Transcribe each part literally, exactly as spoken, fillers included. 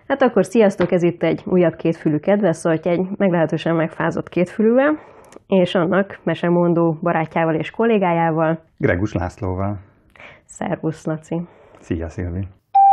Hát akkor sziasztok, ez itt egy újabb kétfülű kedveszorty, egy meglehetősen megfázott kétfülűvel, és annak mesemondó barátjával és kollégájával. Gregus Lászlóval. Szervusz, Laci. Szia, Szilvi.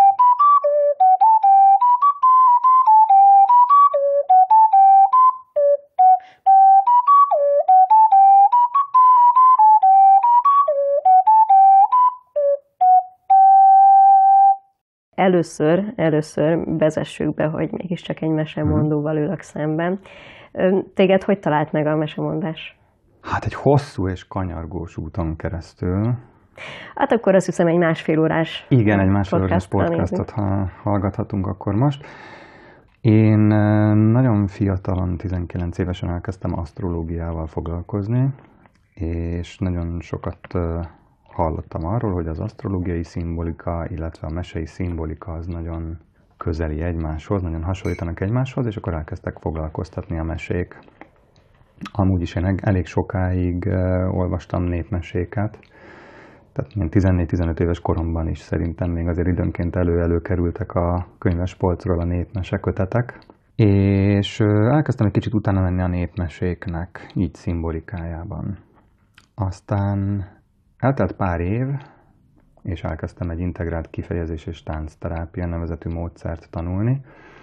Először, először vezessük be, hogy mégiscsak egy mesemondóval ülök szemben. Téged hogy talált meg a mesemondás? Hát egy hosszú és kanyargós úton keresztül. Hát akkor azt hiszem egy másfél órás Igen, egy másfél órás podcastot ha hallgathatunk akkor most. Én nagyon fiatalon, tizenkilenc évesen elkezdtem asztrológiával foglalkozni, és nagyon sokat hallottam arról, hogy az asztrológiai szimbolika, illetve a mesei szimbolika az nagyon közeli egymáshoz, nagyon hasonlítanak egymáshoz, és akkor elkezdtek foglalkoztatni a mesék. Amúgy is én elég sokáig olvastam népmeséket, tehát ilyen tizennégy-tizenöt éves koromban is szerintem még azért időnként elő-elő kerültek a könyvespolcról a népmesekötetek, és elkezdtem egy kicsit utána menni a népmeséknek, így szimbolikájában. Aztán eltelt pár év, és elkezdtem egy integrált kifejezés és táncterápia nevezetű módszert tanulni.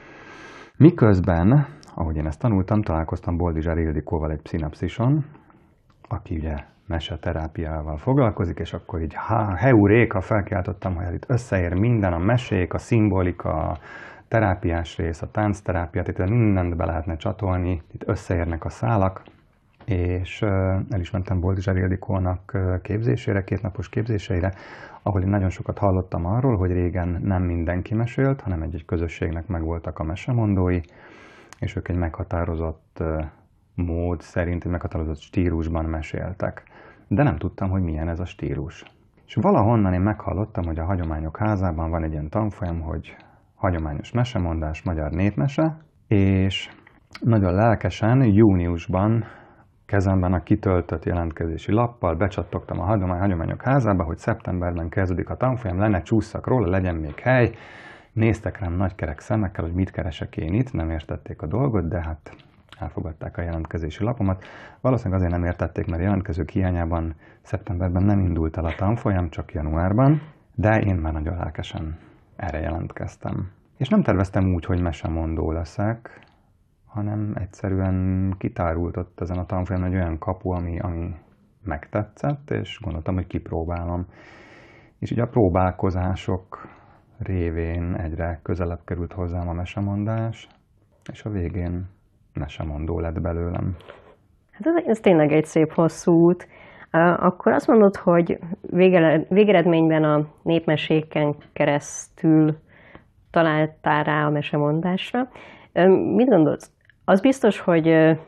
Miközben, ahogy én ezt tanultam, találkoztam Boldizsár Ildikóval egy pszinapszison, aki ugye meseterápiával foglalkozik, és akkor így há, heuréka, felkiáltottam, hogy itt összeér minden, a mesék, a szimbolika, a terápiás rész, a táncterápia, itt mindent be lehetne csatolni, itt összeérnek a szálak, és el is mentem Boldizsár Ildikónak képzésére, kétnapos képzéseire, ahol én nagyon sokat hallottam arról, hogy régen nem mindenki mesélt, hanem egy-egy közösségnek megvoltak a mesemondói, és ők egy meghatározott mód szerint, egy meghatározott stílusban meséltek. De nem tudtam, hogy milyen ez a stílus. És valahonnan én meghallottam, hogy a Hagyományok Házában van egy ilyen tanfolyam, hogy hagyományos mesemondás, magyar népmese, és nagyon lelkesen júniusban kezemben a kitöltött jelentkezési lappal becsattogtam a Hagyomány, Hagyományok Házába, hogy szeptemberben kezdődik a tanfolyam, lenne csúszak róla, legyen még hely. Néztek rám nagykerek szemekkel, hogy mit keresek én itt, nem értették a dolgot, de hát elfogadták a jelentkezési lapomat. Valószínűleg azért nem értették, mert a jelentkezők hiányában szeptemberben nem indult el a tanfolyam, csak januárban, de én már nagyon lelkesen erre jelentkeztem. És nem terveztem úgy, hogy mesemondó leszek, hanem egyszerűen kitárult ott ezen a tanfolyamon egy olyan kapu, ami, ami megtetszett, és gondoltam, hogy kipróbálom. És így a próbálkozások révén egyre közelebb került hozzám a mesemondás, és a végén mesemondó lett belőlem. Hát ez, ez tényleg egy szép hosszú út. Akkor azt mondod, hogy végeredményben a népmeséken keresztül találtál rá a mesemondásra. Mit gondolsz? Az biztos, hogy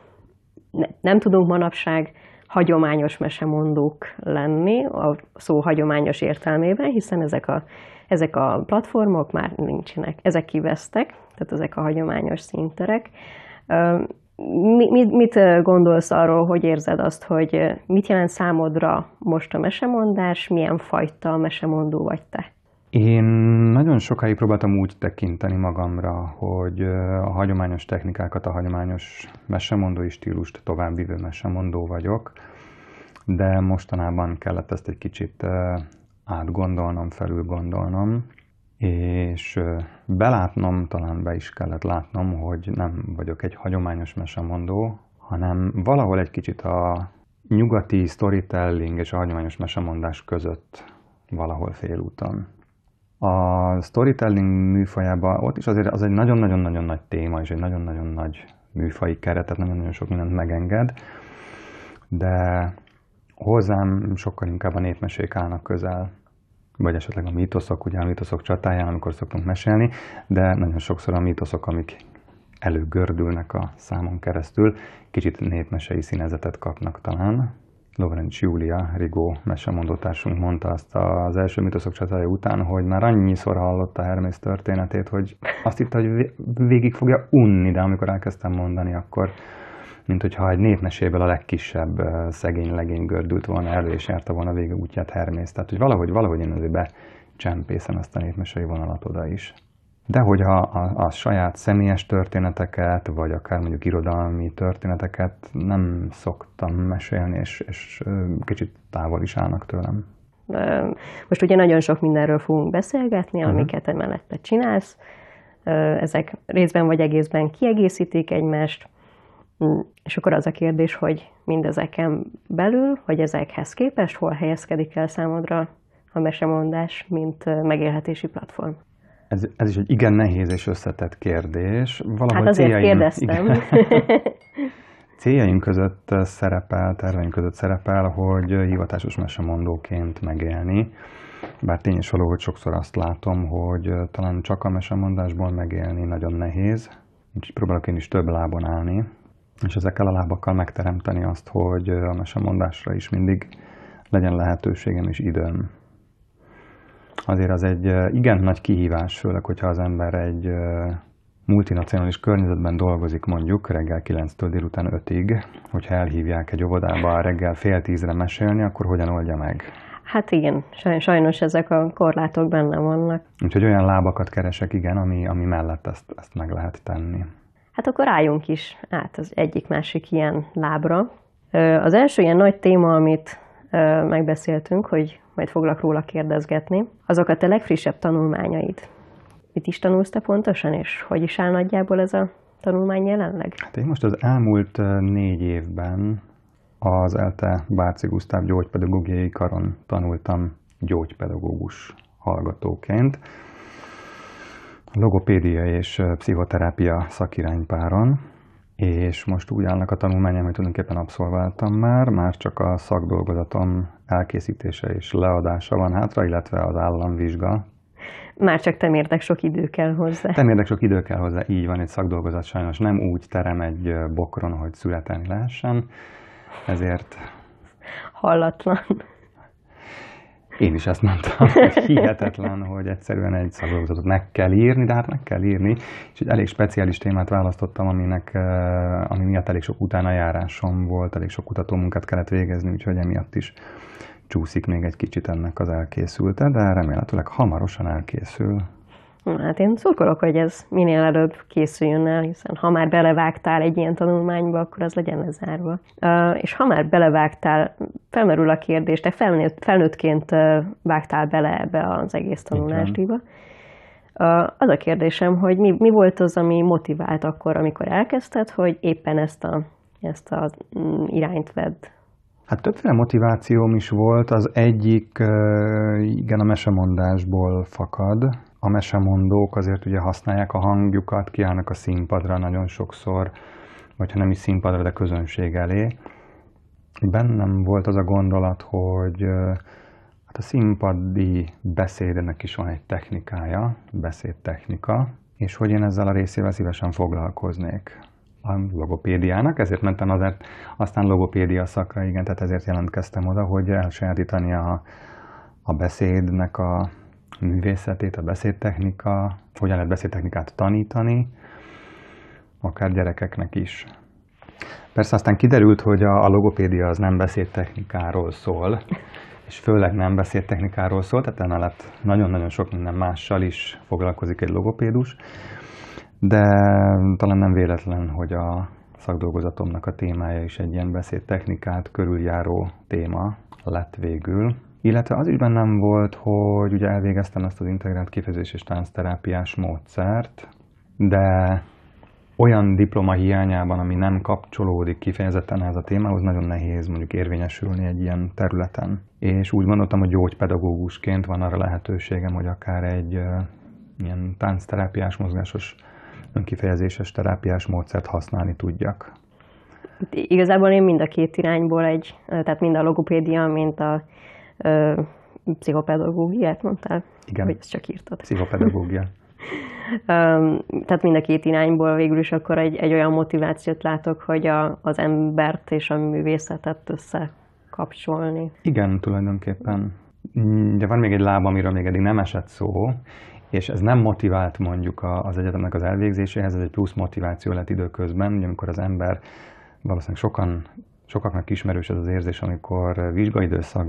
nem tudunk manapság hagyományos mesemondók lenni, a szó hagyományos értelmében, hiszen ezek a, ezek a platformok már nincsenek, ezek kivesztek, tehát ezek a hagyományos színterek. Mit, mit gondolsz arról, hogy érzed azt, hogy mit jelent számodra most a mesemondás, milyen fajta mesemondó vagy te? Én nagyon sokáig próbáltam úgy tekinteni magamra, hogy a hagyományos technikákat, a hagyományos mesemondói stílust továbbvívő mesemondó vagyok, de mostanában kellett ezt egy kicsit átgondolnom, felülgondolnom, és belátnom, talán be is kellett látnom, hogy nem vagyok egy hagyományos mesemondó, hanem valahol egy kicsit a nyugati storytelling és a hagyományos mesemondás között valahol félúton. A storytelling műfajában ott is azért az egy nagyon-nagyon-nagyon nagy téma, és egy nagyon-nagyon nagy műfaji keretet, nagyon-nagyon sok mindent megenged, de hozzám sokkal inkább a népmesék állnak közel, vagy esetleg a mítoszok, ugye a mítoszok csatáján, amikor szoktunk mesélni, de nagyon sokszor a mítoszok, amik előgördülnek a számon keresztül, kicsit népmesei színezetet kapnak talán. Lorenz Julia, Rigó mesemondótársunk mondta azt az első mítoszok csatája után, hogy már annyiszor hallotta Hermész történetét, hogy azt hitte, hogy végig fogja unni, de amikor elkezdtem mondani, akkor mint hogyha egy népmeséből a legkisebb szegény legény gördült volna elő, és járta volna végig útját Hermész. Tehát, hogy valahogy, valahogy én azért becsempészem ezt a népmesei vonalat oda is. de hogy a, a, a saját személyes történeteket, vagy akár mondjuk irodalmi történeteket nem szoktam mesélni, és, és kicsit távol is állnak tőlem. Most ugye nagyon sok mindenről fogunk beszélgetni, amiket emellett te csinálsz. Ezek részben vagy egészben kiegészítik egymást, és akkor az a kérdés, hogy mindezeken belül, vagy ezekhez képest hol helyezkedik el számodra a mesemondás, mint megélhetési platform? Ez, ez is egy igen nehéz és összetett kérdés. Valahogy hát azért céljaim, kérdeztem. Céljaim között szerepel, terveim között szerepel, hogy hivatásos mesemondóként megélni. Bár tény is való, hogy sokszor azt látom, hogy talán csak a mesemondásból megélni nagyon nehéz. Úgyhogy próbálok én is több lábon állni, és ezekkel a lábakkal megteremteni azt, hogy a mesemondásra is mindig legyen lehetőségem és időm. Azért az egy igen nagy kihívás, főleg, hogyha az ember egy multinacionális környezetben dolgozik, mondjuk reggel kilenctől délután ötig, hogyha elhívják egy óvodába reggel fél tízre mesélni, akkor hogyan oldja meg? Hát igen, sajnos ezek a korlátok benne vannak. Úgyhogy olyan lábakat keresek, igen, ami, ami mellett ezt, ezt meg lehet tenni. Hát akkor álljunk is át az egyik-másik ilyen lábra. Az első ilyen nagy téma, amit megbeszéltünk, hogy majd foglak róla kérdezgetni, azok a te legfrissebb tanulmányaid. Mit is tanulsz te pontosan, és hogy is áll nagyjából ez a tanulmány jelenleg? Hát én most az elmúlt négy évben az ELTE Bárczy Gusztáv gyógypedagógiai karon tanultam gyógypedagógus hallgatóként. Logopédia és pszichoterápia szakiránypáron, és most úgy állnak a tanulmányom, hogy tulajdonképpen abszolváltam már, már csak a szakdolgozatom elkészítése és leadása van hátra, illetve az államvizsga. Már csak temérdek sok idő kell hozzá. Temérdek sok idő kell hozzá, így van, egy szakdolgozat sajnos nem úgy terem egy bokron, hogy születelni lehessen, ezért... Hallatlan. Én is ezt mondtam, hogy hihetetlen, hogy egyszerűen egy szakdolgozatot meg kell írni, de hát meg kell írni, és egy elég speciális témát választottam, aminek, ami miatt elég sok utánajárásom volt, elég sok kutatómunkát kellett végezni, úgyhogy emiatt is csúszik még egy kicsit ennek az elkészülte, de remélhetőleg hamarosan elkészül. Hát én szurkolok, hogy ez minél előbb készüljön el, hiszen ha már belevágtál egy ilyen tanulmányba, akkor az legyen lezárva. Uh, és ha már belevágtál, felmerül a kérdés, te felnőtt, felnőttként vágtál bele ebbe az egész tanulásdíjba. Uh, az a kérdésem, hogy mi, mi volt az, ami motivált akkor, amikor elkezdted, hogy éppen ezt a, ezt a irányt vedd? Hát többféle motivációm is volt. Az egyik, igen, a mesemondásból fakad. A mesemondók azért ugye használják a hangjukat, kiállnak a színpadra nagyon sokszor, vagy ha nem is színpadra, de közönség elé. Bennem volt az a gondolat, hogy hát a színpadi beszédnek is van egy technikája, beszédtechnika, és hogy én ezzel a részével szívesen foglalkoznék. A logopédiának, ezért mentem azért, aztán logopédia szakra, igen, tehát ezért jelentkeztem oda, hogy elsajátítani a, a beszédnek a művészetét, a beszédtechnika, hogyan lehet beszédtechnikát tanítani, akár gyerekeknek is. Persze aztán kiderült, hogy a, a logopédia az nem beszédtechnikáról szól, és főleg nem beszédtechnikáról szól, tehát emellett nagyon-nagyon sok minden mással is foglalkozik egy logopédus, de talán nem véletlen, hogy a szakdolgozatomnak a témája is egy ilyen beszédtechnikát körüljáró téma lett végül. Illetve az is bennem volt, hogy ugye elvégeztem ezt az integrált kifejezés és táncterápiás módszert, de olyan diploma hiányában, ami nem kapcsolódik kifejezetten ez a témához, nagyon nehéz mondjuk érvényesülni egy ilyen területen. És úgy gondoltam, hogy gyógypedagógusként van arra lehetőségem, hogy akár egy uh, ilyen táncterápiás, mozgásos, önkifejezéses terápiás módszert használni tudjak. Igazából én mind a két irányból egy, tehát mind a logopédia, mint a ö, pszichopedagógiát mondtál? Igen. Vagy ezt csak írtad? Pszichopedagógia. Tehát mind a két irányból végül is akkor egy, egy olyan motivációt látok, hogy a, az embert és a művészetet összekapcsolni. Igen, tulajdonképpen. De van még egy láb, amiről még eddig nem esett szó, és ez nem motivált mondjuk az egyetemnek az elvégzéséhez, ez egy plusz motiváció lett időközben, ugye, amikor az ember, valószínűleg sokan, sokaknak ismerős ez az érzés, amikor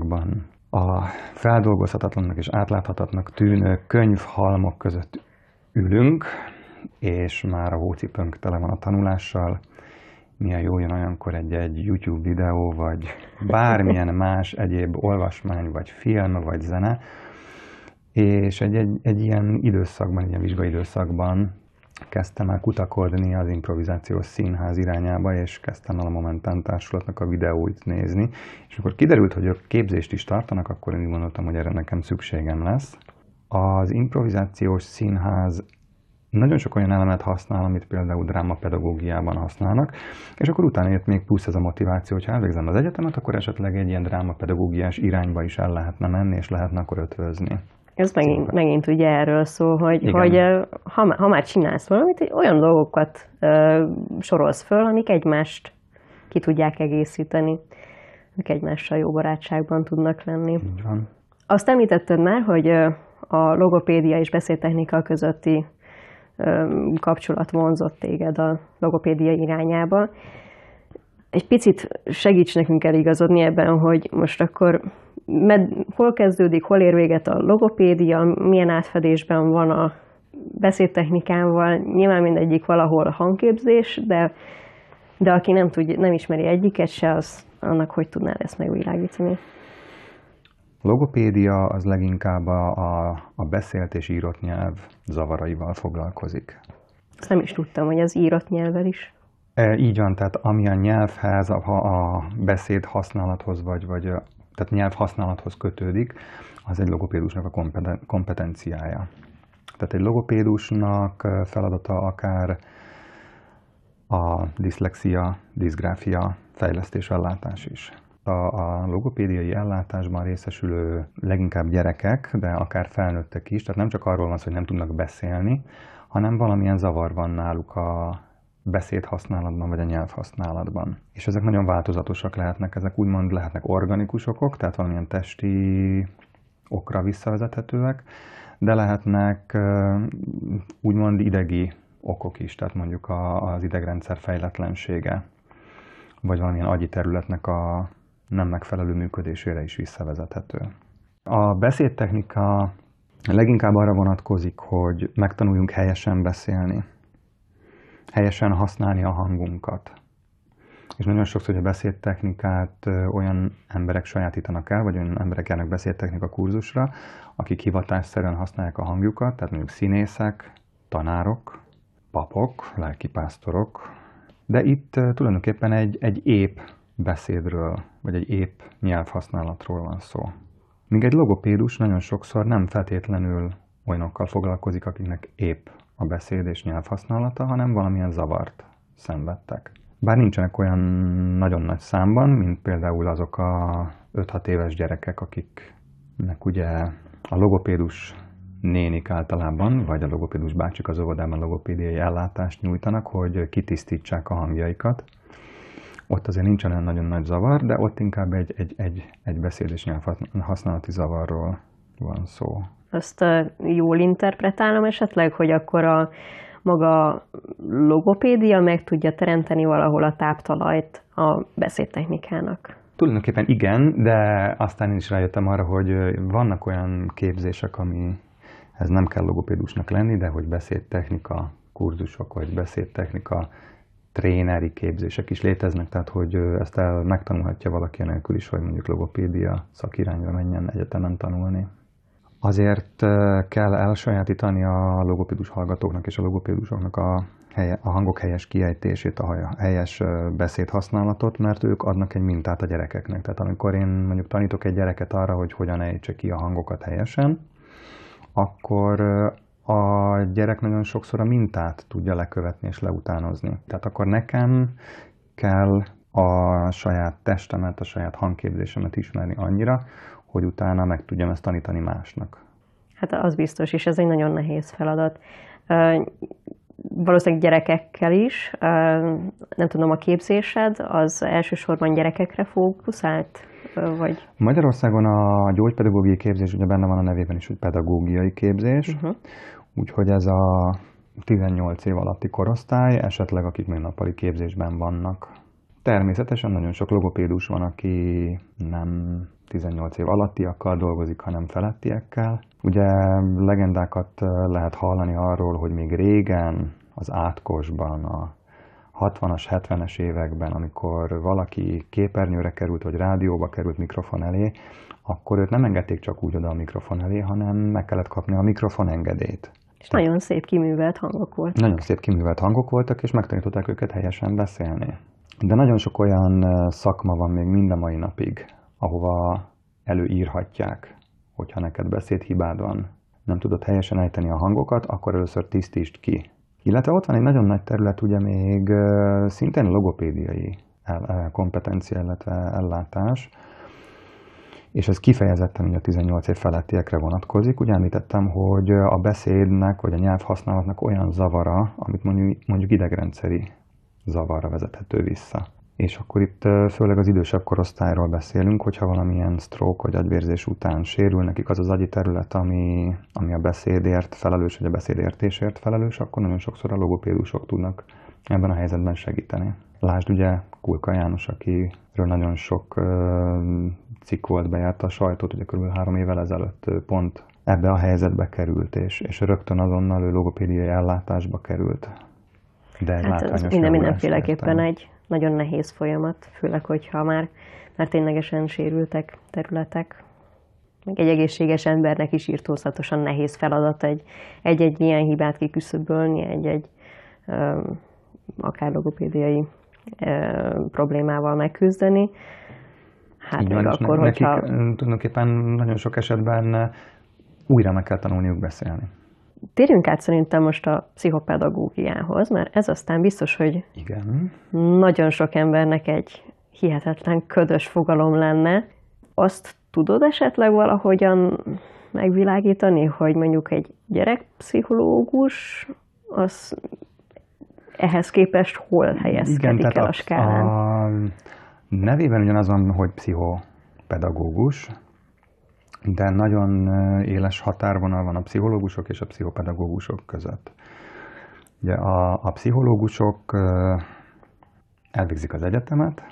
vizsgaidőszakban a feldolgozhatatlannak és átláthatatlannak tűnő könyvhalmok között ülünk, és már a hócipőnk tele van a tanulással. Milyen jó jön olyankor egy-egy YouTube videó, vagy bármilyen más egyéb olvasmány, vagy film, vagy zene. És egy, egy, egy ilyen időszakban, egy ilyen vizsgai időszakban kezdtem el kutakodni az improvizációs színház irányába, és kezdtem el a Momentán Társulatnak a videóit nézni. És amikor kiderült, hogy ők képzést is tartanak, akkor én úgy gondoltam, hogy erre nekem szükségem lesz. Az improvizációs színház nagyon sok olyan elemet használ, amit például drámapedagógiában használnak, és akkor utána jött még plusz ez a motiváció, hogyha elvégzem az egyetemet, akkor esetleg egy ilyen drámapedagógiás irányba is el lehetne menni, és lehetne akkor ötvözni. Ez megint, megint ugye erről szól, hogy, hogy ha, ha már csinálsz valamit, olyan dolgokat uh, sorolsz föl, amik egymást ki tudják egészíteni, amik egymással jó barátságban tudnak lenni. Így van. Azt említetted már, hogy a logopédia és beszédtechnika közötti kapcsolat vonzott téged a logopédia irányába. Egy picit segíts nekünk eligazodni ebben, hogy most akkor med, hol kezdődik, hol ér véget a logopédia, milyen átfedésben van a beszédtechnikával. Nyilván mindegyik valahol hangképzés, de, de aki nem, tud, nem ismeri egyiket se, az annak hogy tudnál ezt megvilágítani? A logopédia az leginkább a, a, a beszélt és írott nyelv zavaraival foglalkozik. Ezt nem is tudtam, hogy az írott nyelvvel is. E, így van, tehát ami a nyelvhez, a, a beszéd használathoz, vagy, vagy tehát nyelv használathoz kötődik, az egy logopédusnak a kompeten, kompetenciája. Tehát egy logopédusnak feladata akár a diszlexia, diszgráfia, fejlesztés, ellátás is. A, a logopédiai ellátásban részesülő leginkább gyerekek, de akár felnőttek is, tehát nem csak arról van szó, hogy nem tudnak beszélni, hanem valamilyen zavar van náluk a beszédhasználatban vagy a nyelvhasználatban. És ezek nagyon változatosak lehetnek, ezek úgymond lehetnek organikus okok, tehát valamilyen testi okra visszavezethetőek, de lehetnek úgymond idegi okok is, tehát mondjuk az idegrendszer fejletlensége, vagy valamilyen agyi területnek a nem megfelelő működésére is visszavezethető. A beszédtechnika leginkább arra vonatkozik, hogy megtanuljunk helyesen beszélni, helyesen használni a hangunkat. És nagyon sokszor, hogy a beszédtechnikát olyan emberek sajátítanak el, vagy olyan emberek járnak beszédtechnika kurzusra, akik hivatásszerűen használják a hangjukat, tehát mondjuk színészek, tanárok, papok, lelkipásztorok, de itt tulajdonképpen egy, egy épp beszédről, vagy egy épp nyelvhasználatról van szó. Míg egy logopédus nagyon sokszor nem feltétlenül olyanokkal foglalkozik, akiknek épp a beszéd és nyelvhasználata, hanem valamilyen zavart szenvedtek. Bár nincsenek olyan nagyon nagy számban, mint például azok a öt-hat éves gyerekek, akiknek ugye a logopédus nénik általában, vagy a logopédus bácsik az óvodában logopédiai ellátást nyújtanak, hogy kitisztítsák a hangjaikat. Ott azért nincsen olyan nagyon nagy zavar, de ott inkább egy, egy, egy, egy beszéd és nyelvhasználati zavarról van szó. Azt jól interpretálom esetleg, hogy akkor a maga logopédia meg tudja teremteni valahol a táptalajt a beszédtechnikának? Tulajdonképpen igen, de aztán én is rájöttem arra, hogy vannak olyan képzések, ami ez nem kell logopédusnak lenni, de hogy beszédtechnika kurzusok, vagy beszédtechnika tréneri képzések is léteznek, tehát hogy ezt el megtanulhatja valaki nélkül is, hogy mondjuk logopédia szakirányra menjen egyetemen tanulni. Azért kell elsajátítani a logopédus hallgatóknak és a logopédusoknak a, helye, a hangok helyes kiejtését, a helyes beszédhasználatot, mert ők adnak egy mintát a gyerekeknek. Tehát amikor én mondjuk tanítok egy gyereket arra, hogy hogyan ejtse ki a hangokat helyesen, akkor a gyerek nagyon sokszor a mintát tudja lekövetni és leutánozni. Tehát akkor nekem kell a saját testemet, a saját hangképzésemet ismerni annyira, hogy utána meg tudjam ezt tanítani másnak. Hát az biztos, és ez egy nagyon nehéz feladat. Valószínűleg gyerekekkel is. Nem tudom, a képzésed az elsősorban gyerekekre fókuszált? Vagy... Magyarországon a gyógypedagógiai képzés ugye benne van a nevében is, hogy pedagógiai képzés. Uh-huh. Úgyhogy ez a tizennyolc év alatti korosztály, esetleg akik még nappali képzésben vannak. Természetesen nagyon sok logopédus van, aki nem tizennyolc év alattiakkal dolgozik, hanem felettiekkel. Ugye legendákat lehet hallani arról, hogy még régen, az átkosban, a hatvanas, hetvenes években, amikor valaki képernyőre került, vagy rádióba került mikrofon elé, akkor őt nem engedték csak úgy oda a mikrofon elé, hanem meg kellett kapni a mikrofon engedélyt. És Tehát nagyon szép kiművelt hangok voltak. Nagyon szép kiművelt hangok voltak, és megtanították őket helyesen beszélni. De nagyon sok olyan szakma van még mind a mai napig, ahova előírhatják, hogyha neked beszédhibád van, nem tudod helyesen ejteni a hangokat, akkor először tisztítsd ki. Illetve ott van egy nagyon nagy terület, ugye még szintén logopédiai kompetencia, illetve ellátás, és ez kifejezetten ugye a tizennyolc év felettiekre vonatkozik. Ugye említettem, hogy a beszédnek, vagy a nyelvhasználatnak olyan zavara, amit mondjuk, mondjuk idegrendszeri zavarra vezethető vissza. És akkor itt főleg az idősebb korosztályról beszélünk, hogyha valamilyen stroke vagy agyvérzés után sérül nekik az az agyi terület, ami, ami a beszédért felelős, vagy a beszédértésért felelős, akkor nagyon sokszor a logopédusok tudnak ebben a helyzetben segíteni. Lásd ugye Kulka János, akiről nagyon sok uh, cikk volt, bejárta a sajtót, ugye kb. három évvel ezelőtt pont ebbe a helyzetbe került, és, és rögtön azonnal ő logopédiai ellátásba került. De egy hát ez minden mindenféleképpen egy nagyon nehéz folyamat, főleg, hogyha már, már ténylegesen sérültek területek. Meg egy egészséges embernek is irtózatosan nehéz feladat egy, egy-egy ilyen hibát kiküszöbölni, egy-egy um, akár logopédiai um, problémával megküzdeni. Hát így meg van, akkor, nekik, hogyha... tulajdonképpen nagyon sok esetben újra meg kell tanulniuk beszélni. Térjünk át szerintem most a pszichopedagógiához, mert ez aztán biztos, hogy igen. Nagyon sok embernek egy hihetetlen ködös fogalom lenne. Azt tudod esetleg valahogyan megvilágítani, hogy mondjuk egy gyerekpszichológus az ehhez képest hol helyezkedik igen, el a skálán? A nevében ugyanaz van, hogy pszichopedagógus, de nagyon éles határvonal van a pszichológusok és a pszichopedagógusok között. Ugye a, a pszichológusok elvégzik az egyetemet,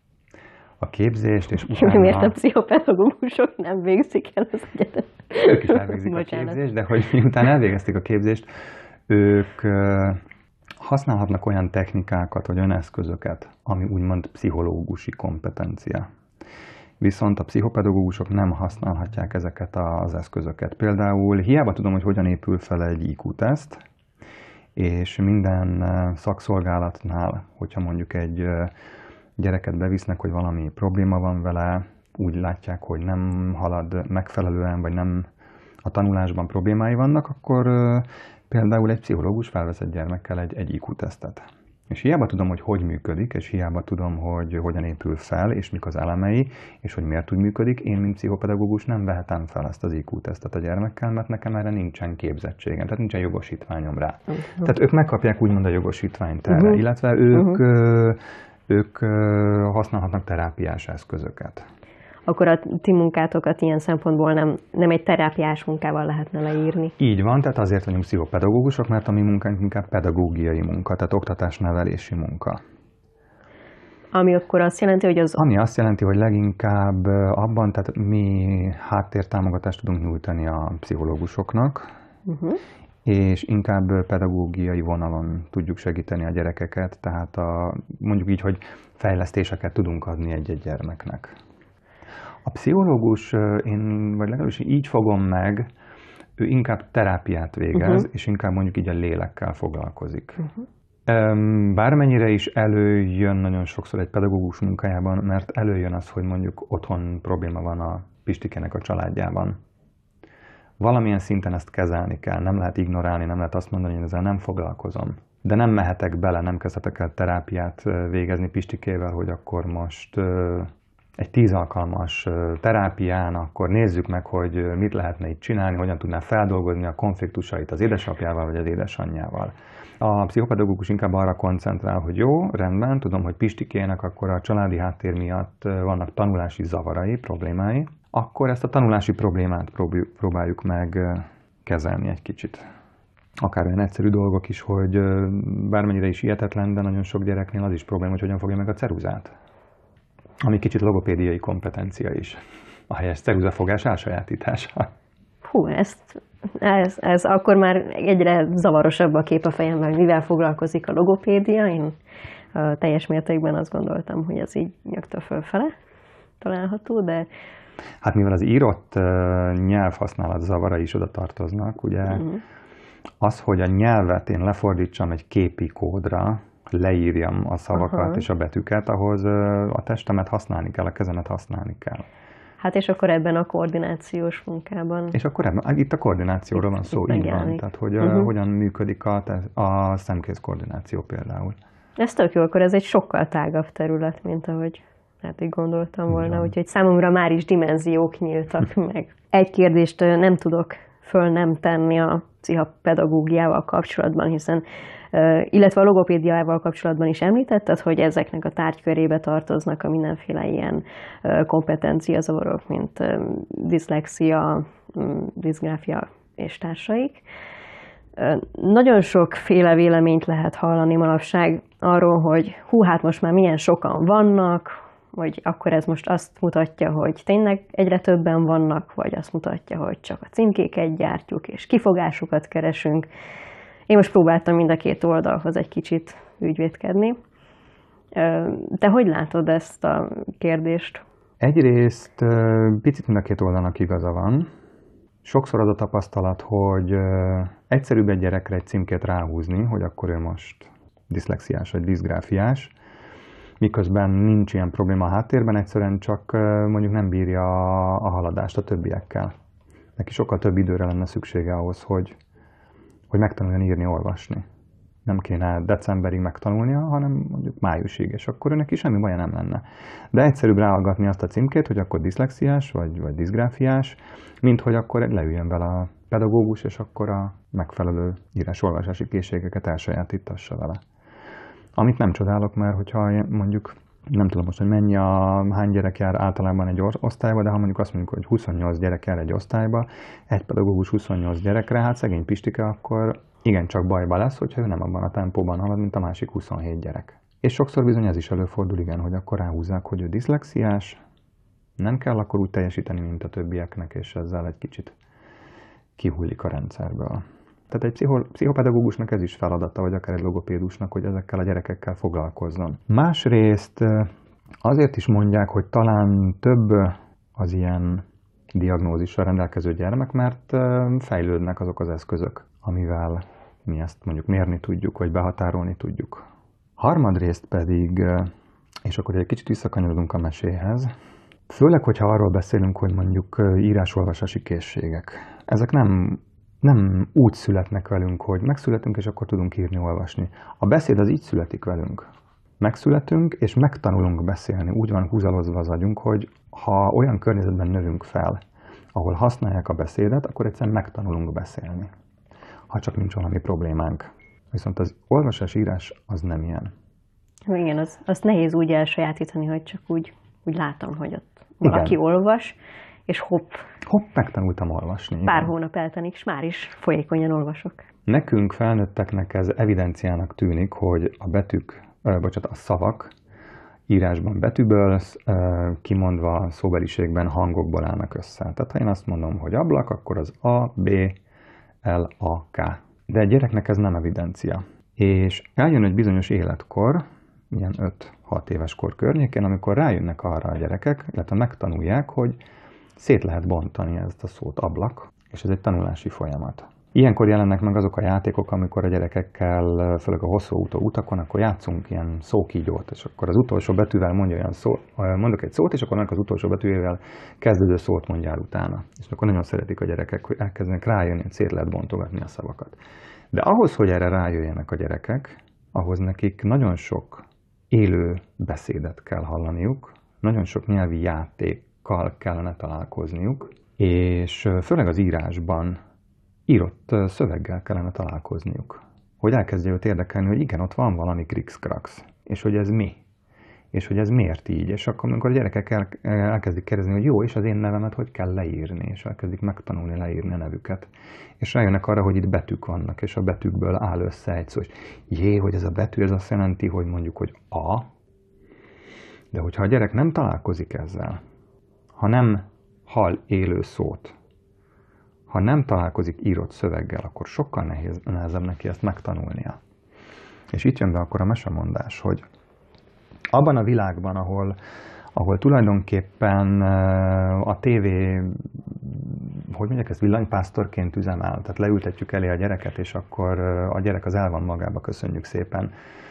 a képzést, és utána... Miért a pszichopedagógusok nem végzik el az egyetemet? Ők is elvégzik a képzést, de hogy miután elvégezték a képzést, ők használhatnak olyan technikákat, vagy olyan eszközöket, ami úgymond pszichológusi kompetencia. Viszont a pszichopedagógusok nem használhatják ezeket az eszközöket. Például hiába tudom, hogy hogyan épül fel egy I Q-teszt, és minden szakszolgálatnál, hogyha mondjuk egy gyereket bevisznek, hogy valami probléma van vele, úgy látják, hogy nem halad megfelelően, vagy nem a tanulásban problémái vannak, akkor például egy pszichológus felvesz egy gyermekkel egy, egy I Q-tesztet. És hiába tudom, hogy hogy működik, és hiába tudom, hogy hogyan épül fel, és mik az elemei, és hogy miért úgy működik, én, mint pszichopedagógus nem vehetem fel ezt az I Q-tesztet a gyermekkel, mert nekem erre nincsen képzettségem, tehát nincsen jogosítványom rá. Uh-huh. Tehát ők megkapják úgymond a jogosítványt erre, uh-huh. illetve ők, uh-huh. ők használhatnak terápiás eszközöket. Akkor a ti munkátokat ilyen szempontból nem, nem egy terápiás munkával lehetne leírni. Így van, tehát azért vagyunk pszichopedagógusok, mert a mi munkánk inkább pedagógiai munka, tehát oktatásnevelési munka. Ami akkor azt jelenti, hogy az... Ami azt jelenti, hogy leginkább abban, tehát mi háttértámogatást tudunk nyújtani a pszichológusoknak, uh-huh. és inkább pedagógiai vonalon tudjuk segíteni a gyerekeket, tehát a, mondjuk így, hogy fejlesztéseket tudunk adni egy-egy gyermeknek. A pszichológus, én vagy legalábbis így fogom meg, ő inkább terápiát végez, uh-huh. és inkább mondjuk így a lélekkel foglalkozik. Uh-huh. Bármennyire is előjön nagyon sokszor egy pedagógus munkájában, mert előjön az, hogy mondjuk otthon probléma van a Pistikének a családjában. Valamilyen szinten ezt kezelni kell, nem lehet ignorálni, nem lehet azt mondani, hogy ezzel nem foglalkozom. De nem mehetek bele, nem kezdhetek el terápiát végezni Pistikével, hogy akkor most... egy tíz alkalmas terápián, akkor nézzük meg, hogy mit lehetne itt csinálni, hogyan tudná feldolgozni a konfliktusait az édesapjával vagy az édesanyjával. A pszichopedagógus inkább arra koncentrál, hogy jó, rendben, tudom, hogy Pistikének akkor a családi háttér miatt vannak tanulási zavarai, problémái, akkor ezt a tanulási problémát próbáljuk meg kezelni egy kicsit. Akár olyan egyszerű dolgok is, hogy bármennyire is hihetetlen, de nagyon sok gyereknél az is probléma, hogy hogyan fogja meg a ceruzát. Ami kicsit logopédiai kompetencia is. A helyes ceruzafogás elsajátítása. Hú, ezt, ez, ez akkor már egyre zavarosabb a kép a fejemben, mivel foglalkozik a logopédia. Én a teljes mértékben azt gondoltam, hogy ez így nyögtől fölfele található, de... Hát mivel az írott nyelvhasználat zavarai is oda tartoznak, ugye uh-huh. az, hogy a nyelvet én lefordítsam egy képi kódra, leírjam a szavakat uh-huh. és a betűket, ahhoz a testemet használni kell, a kezemet használni kell. Hát és akkor ebben a koordinációs munkában... És akkor ebben, itt a koordinációról van szó, így van. Tehát, hogy uh-huh. hogyan működik a, a szemkész koordináció például. Ez tök jó, akkor ez egy sokkal tágabb terület, mint ahogy eddig gondoltam volna. Igen. Úgyhogy számomra már is dimenziók nyíltak meg. Egy kérdést nem tudok föl nem tenni a pszichopedagógiával kapcsolatban, hiszen illetve a logopédiával kapcsolatban is említetted, hogy ezeknek a tárgykörébe tartoznak a mindenféle ilyen kompetenciazavarok, mint diszlexia, diszgráfia és társaik. Nagyon sokféle véleményt lehet hallani manapság arról, hogy hú, hát most már milyen sokan vannak, vagy akkor ez most azt mutatja, hogy tényleg egyre többen vannak, vagy azt mutatja, hogy csak a címkéket gyártjuk, és kifogásukat keresünk. Én most próbáltam mind a két oldalhoz egy kicsit ügyvédkedni. Te hogy látod ezt a kérdést? Egyrészt picit mind a két oldalnak igaza van. Sokszor az a tapasztalat, hogy egyszerűbb egy gyerekre egy címkét ráhúzni, hogy akkor ő most diszlexiás vagy diszgráfiás, miközben nincs ilyen probléma a háttérben, egyszerűen csak mondjuk nem bírja a haladást a többiekkel. Neki sokkal több időre lenne szüksége ahhoz, hogy, hogy megtanuljon írni, olvasni. Nem kéne decemberig megtanulnia, hanem mondjuk májusig, és akkor neki semmi baja nem lenne. De egyszerűbb ráallgatni azt a címkét, hogy akkor diszlexiás vagy, vagy diszgráfiás, mint hogy akkor leüljön vele a pedagógus, és akkor a megfelelő írás-olvasási készségeket elsajátítassa vele. Amit nem csodálok, mert hogyha mondjuk, nem tudom most, hogy mennyi a, hány gyerek jár általában egy osztályba, de ha mondjuk azt mondjuk, hogy huszonnyolc gyerek jár egy osztályba, egy pedagógus huszonnyolc gyerekre, hát szegény Pistike akkor igencsak bajba lesz, hogyha ő nem abban a tempóban halad, mint a másik huszonhét gyerek. És sokszor bizony ez is előfordul, igen, hogy akkor ráhúzzák, hogy ő diszlexiás, nem kell akkor úgy teljesíteni, mint a többieknek, és ezzel egy kicsit kihullik a rendszerből. Tehát egy pszicho- pszichopedagógusnak ez is feladata, vagy akár egy logopédusnak, hogy ezekkel a gyerekekkel foglalkozzon. Másrészt azért is mondják, hogy talán több az ilyen diagnózissal rendelkező gyermek, mert fejlődnek azok az eszközök, amivel mi ezt mondjuk mérni tudjuk, vagy behatárolni tudjuk. Harmadrészt pedig, és akkor egy kicsit visszakanyarodunk a meséhez, főleg, hogyha arról beszélünk, hogy mondjuk írás-olvasási készségek. Ezek nem Nem úgy születnek velünk, hogy megszületünk, és akkor tudunk írni, olvasni. A beszéd az így születik velünk. Megszületünk, és megtanulunk beszélni. Úgy van húzalozva az agyunk, hogy ha olyan környezetben növünk fel, ahol használják a beszédet, akkor egyszerűen megtanulunk beszélni. Ha csak nincs valami problémánk. Viszont az olvasás-írás az nem ilyen. Igen, az, azt nehéz úgy elsajátítani, hogy csak úgy, úgy látom, hogy ott valaki Igen. olvas, és hopp. Hopp, megtanultam olvasni. Pár igen. hónap eltenik, és már is folyékonyan olvasok. Nekünk felnőtteknek ez evidenciának tűnik, hogy a betűk, ö, bocsánat, a szavak írásban betűből, ö, kimondva szóbeliségben hangokból állnak össze. Tehát ha én azt mondom, hogy ablak, akkor az A, B, L, A, K. De egy gyereknek ez nem evidencia. És eljön egy bizonyos életkor, ilyen öt-hat éves kor környékén, amikor rájönnek arra a gyerekek, illetve megtanulják, hogy szét lehet bontani ezt a szót ablak, és ez egy tanulási folyamat. Ilyenkor jelennek meg azok a játékok, amikor a gyerekekkel, főleg a hosszú utó utakon, akkor játszunk ilyen szókígyót, és akkor az utolsó betűvel mondja olyan szó, mondok egy szót, és akkor annak az utolsó betűvel kezdődő szót mondjál utána. És akkor nagyon szeretik a gyerekek, hogy elkezdenek rájönni, hogy szét lehet bontogatni a szavakat. De ahhoz, hogy erre rájöjjenek a gyerekek, ahhoz nekik nagyon sok élő beszédet kell hallaniuk, nagyon sok nyelvi játékkal kellene találkozniuk, és főleg az írásban írott szöveggel kellene találkozniuk. Hogy elkezdje őt érdekelni, hogy igen, ott van valami krikszkraksz, és hogy ez mi. és hogy ez miért így. És akkor, amikor a gyerekek el, elkezdik kérdezni, hogy jó, és az én nevemet hogy kell leírni, és elkezdik megtanulni leírni a nevüket. És rájönnek arra, hogy itt betűk vannak, és a betűkből áll össze egy szó, és jé, hogy ez a betű, ez azt jelenti, hogy mondjuk, hogy a, de hogyha a gyerek nem találkozik ezzel, ha nem hall élő szót, ha nem találkozik írott szöveggel, akkor sokkal nehéz, nehezebb neki ezt megtanulnia. És itt jön be akkor a mesemondás, hogy abban a világban, ahol, ahol tulajdonképpen a tévé, hogy mondják, ezt villanypásztorként üzemel, tehát leültetjük elé a gyereket, és akkor a gyerek az el van magába, köszönjük szépen.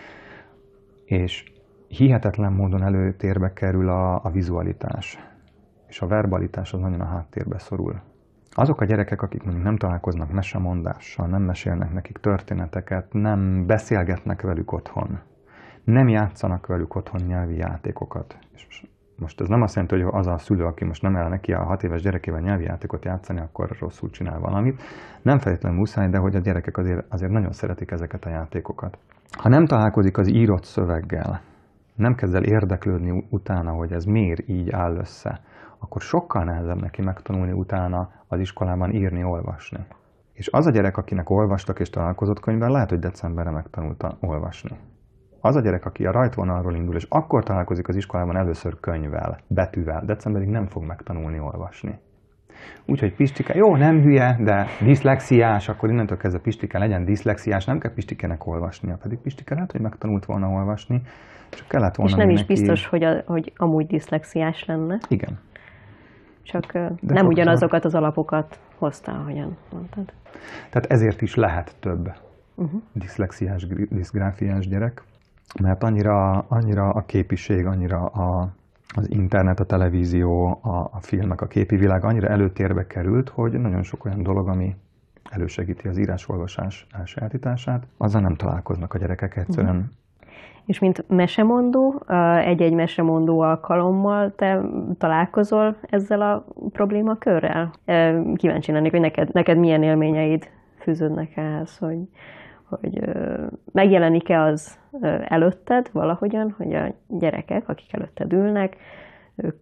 És hihetetlen módon előtérbe kerül a, a vizualitás, és a verbalitás az nagyon a háttérbe szorul. Azok a gyerekek, akik mondjuk nem találkoznak mesemondással, nem mesélnek nekik történeteket, nem beszélgetnek velük otthon, nem játszanak velük otthon nyelvi játékokat. És most ez nem azt jelenti, hogy az a szülő, aki most nem el neki a hat éves gyerekével nyelvi játékot játszani, akkor rosszul csinál valamit. Nem feltétlenül muszáj, de hogy a gyerekek azért, azért nagyon szeretik ezeket a játékokat. Ha nem találkozik az írott szöveggel, nem kezd el érdeklődni utána, hogy ez miért így áll össze, akkor sokkal nehezebb neki megtanulni utána az iskolában írni, olvasni. És az a gyerek, akinek olvastak és találkozott könyvvel, lehet, hogy decemberre megtanulta olvasni. Az a gyerek, aki a rajtvonalról indul, és akkor találkozik az iskolában először könyvvel, betűvel, decemberig nem fog megtanulni olvasni. Úgyhogy Pistike, jó, nem hülye, de diszlexiás, akkor innentől kezdve Pistike legyen diszlexiás, nem kell Pistikének olvasnia, pedig Pistike lehet, hogy megtanult volna olvasni, csak kellett volna és nem is neki... biztos, hogy, a, hogy amúgy diszlexiás lenne. Igen. Csak de nem sokszor... ugyanazokat az alapokat hozta, ahogyan mondtad. Tehát ezért is lehet több uh-huh. diszlexiás, diszgráfiás gyerek, mert annyira, annyira a képiség, annyira a, az internet, a televízió, a, a filmek, a képi világ annyira előtérbe került, hogy nagyon sok olyan dolog, ami elősegíti az írás-olvasás elsajátítását, azzal nem találkoznak a gyerekek egyszerűen. Uh-huh. És mint mesemondó, egy-egy mesemondó alkalommal te találkozol ezzel a problémakörrel? Kíváncsi lennék, hogy neked, neked milyen élményeid fűződnek ehhez, hogy, hogy megjelenik-e az előtted valahogyan, hogy a gyerekek, akik előtted ülnek, ők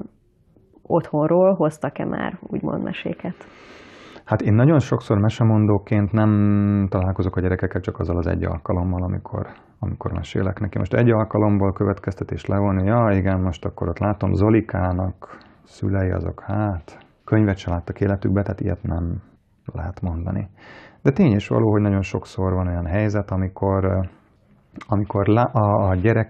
otthonról hoztak-e már úgymond meséket? Hát én nagyon sokszor mesemondóként nem találkozok a gyerekekkel csak azzal az egy alkalommal, amikor, amikor mesélek neki. Most egy alkalomból következtetés levonni, ja igen, most akkor ott látom Zolikának szülei azok, hát könyvet se láttak életükbe, tehát ilyet nem lehet mondani. De tény is való, hogy nagyon sokszor van olyan helyzet, amikor, amikor a, a gyerek,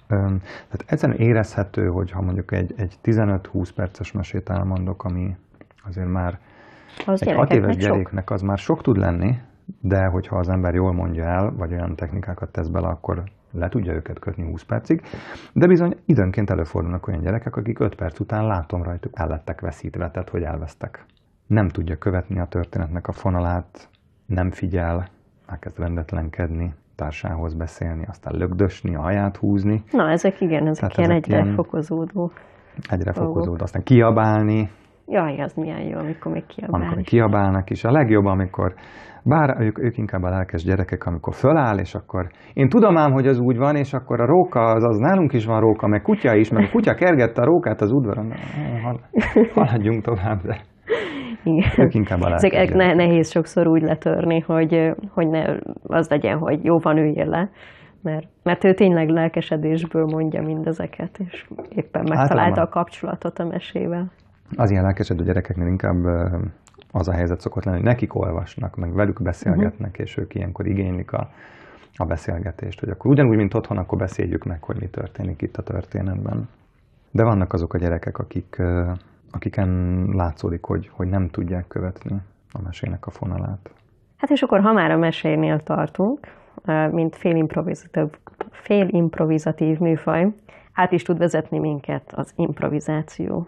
tehát egyszerűen érezhető, hogy ha mondjuk egy, egy tizenöt-húsz perces mesét elmondok, ami azért már az egy hat éves sok. gyereknek az már sok tud lenni, de hogyha az ember jól mondja el, vagy olyan technikákat tesz bele, akkor le tudja őket kötni húsz percig. De bizony időnként előfordulnak olyan gyerekek, akik öt perc után látom rajtuk, el lettek veszítve, tehát hogy elvesztek. Nem tudja követni a történetnek a fonalát, nem figyel, elkezd rendetlenkedni, társához beszélni, aztán lögdösni, a haját húzni. Na, ezek igen, ezek tehát ilyen ezek egyre ilyen fokozódó. Egyre fokozódó, aztán kiabálni. Jaj, az milyen jó, amikor még kiabálnak. Amikor kiabálnak is. A legjobb, amikor, bár ők, ők inkább a lelkes gyerekek, amikor föláll, és akkor én tudom ám, hogy az úgy van, és akkor a róka, az, az nálunk is van róka, meg kutya is, meg a kutya kergette a rókát az udvaron. Haladjunk tovább, de igen. Ők inkább a lelkes Ezek ne, nehéz sokszor úgy letörni, hogy, hogy ne az legyen, hogy jó van, üljél le. Mert, mert ő tényleg lelkesedésből mondja mindezeket, és éppen megtalálta a kapcsolatot a mesével. Az ilyen lelkesedő gyerekeknél inkább az a helyzet szokott lenni, hogy nekik olvasnak, meg velük beszélgetnek, uh-huh. és ők ilyenkor igénylik a, a beszélgetést, hogy akkor ugyanúgy, mint otthon, akkor beszéljük meg, hogy mi történik itt a történetben. De vannak azok a gyerekek, akik, akiken látszódik, hogy, hogy nem tudják követni a mesének a fonalát. Hát és akkor, ha már a mesénél tartunk, mint félimprovizatív, félimprovizatív műfaj, át is tud vezetni minket az improvizáció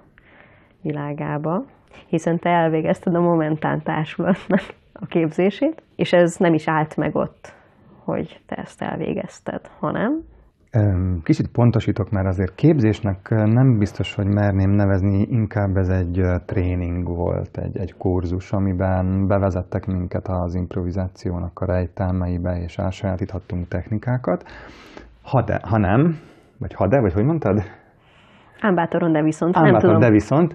világába, hiszen te elvégezted a Momentán Társulatnak a képzését, és ez nem is állt meg ott, hogy te ezt elvégezted, hanem? Kicsit pontosítok, mert azért képzésnek nem biztos, hogy merném nevezni, inkább ez egy tréning volt, egy, egy kurzus, amiben bevezettek minket az improvizációnak a rejtelmeibe, és elsajátíthattunk technikákat. Ha, de, ha nem, vagy ha de, vagy hogy mondtad? Ámbátoron, de viszont. Ámbátoron, nem tudom. de viszont.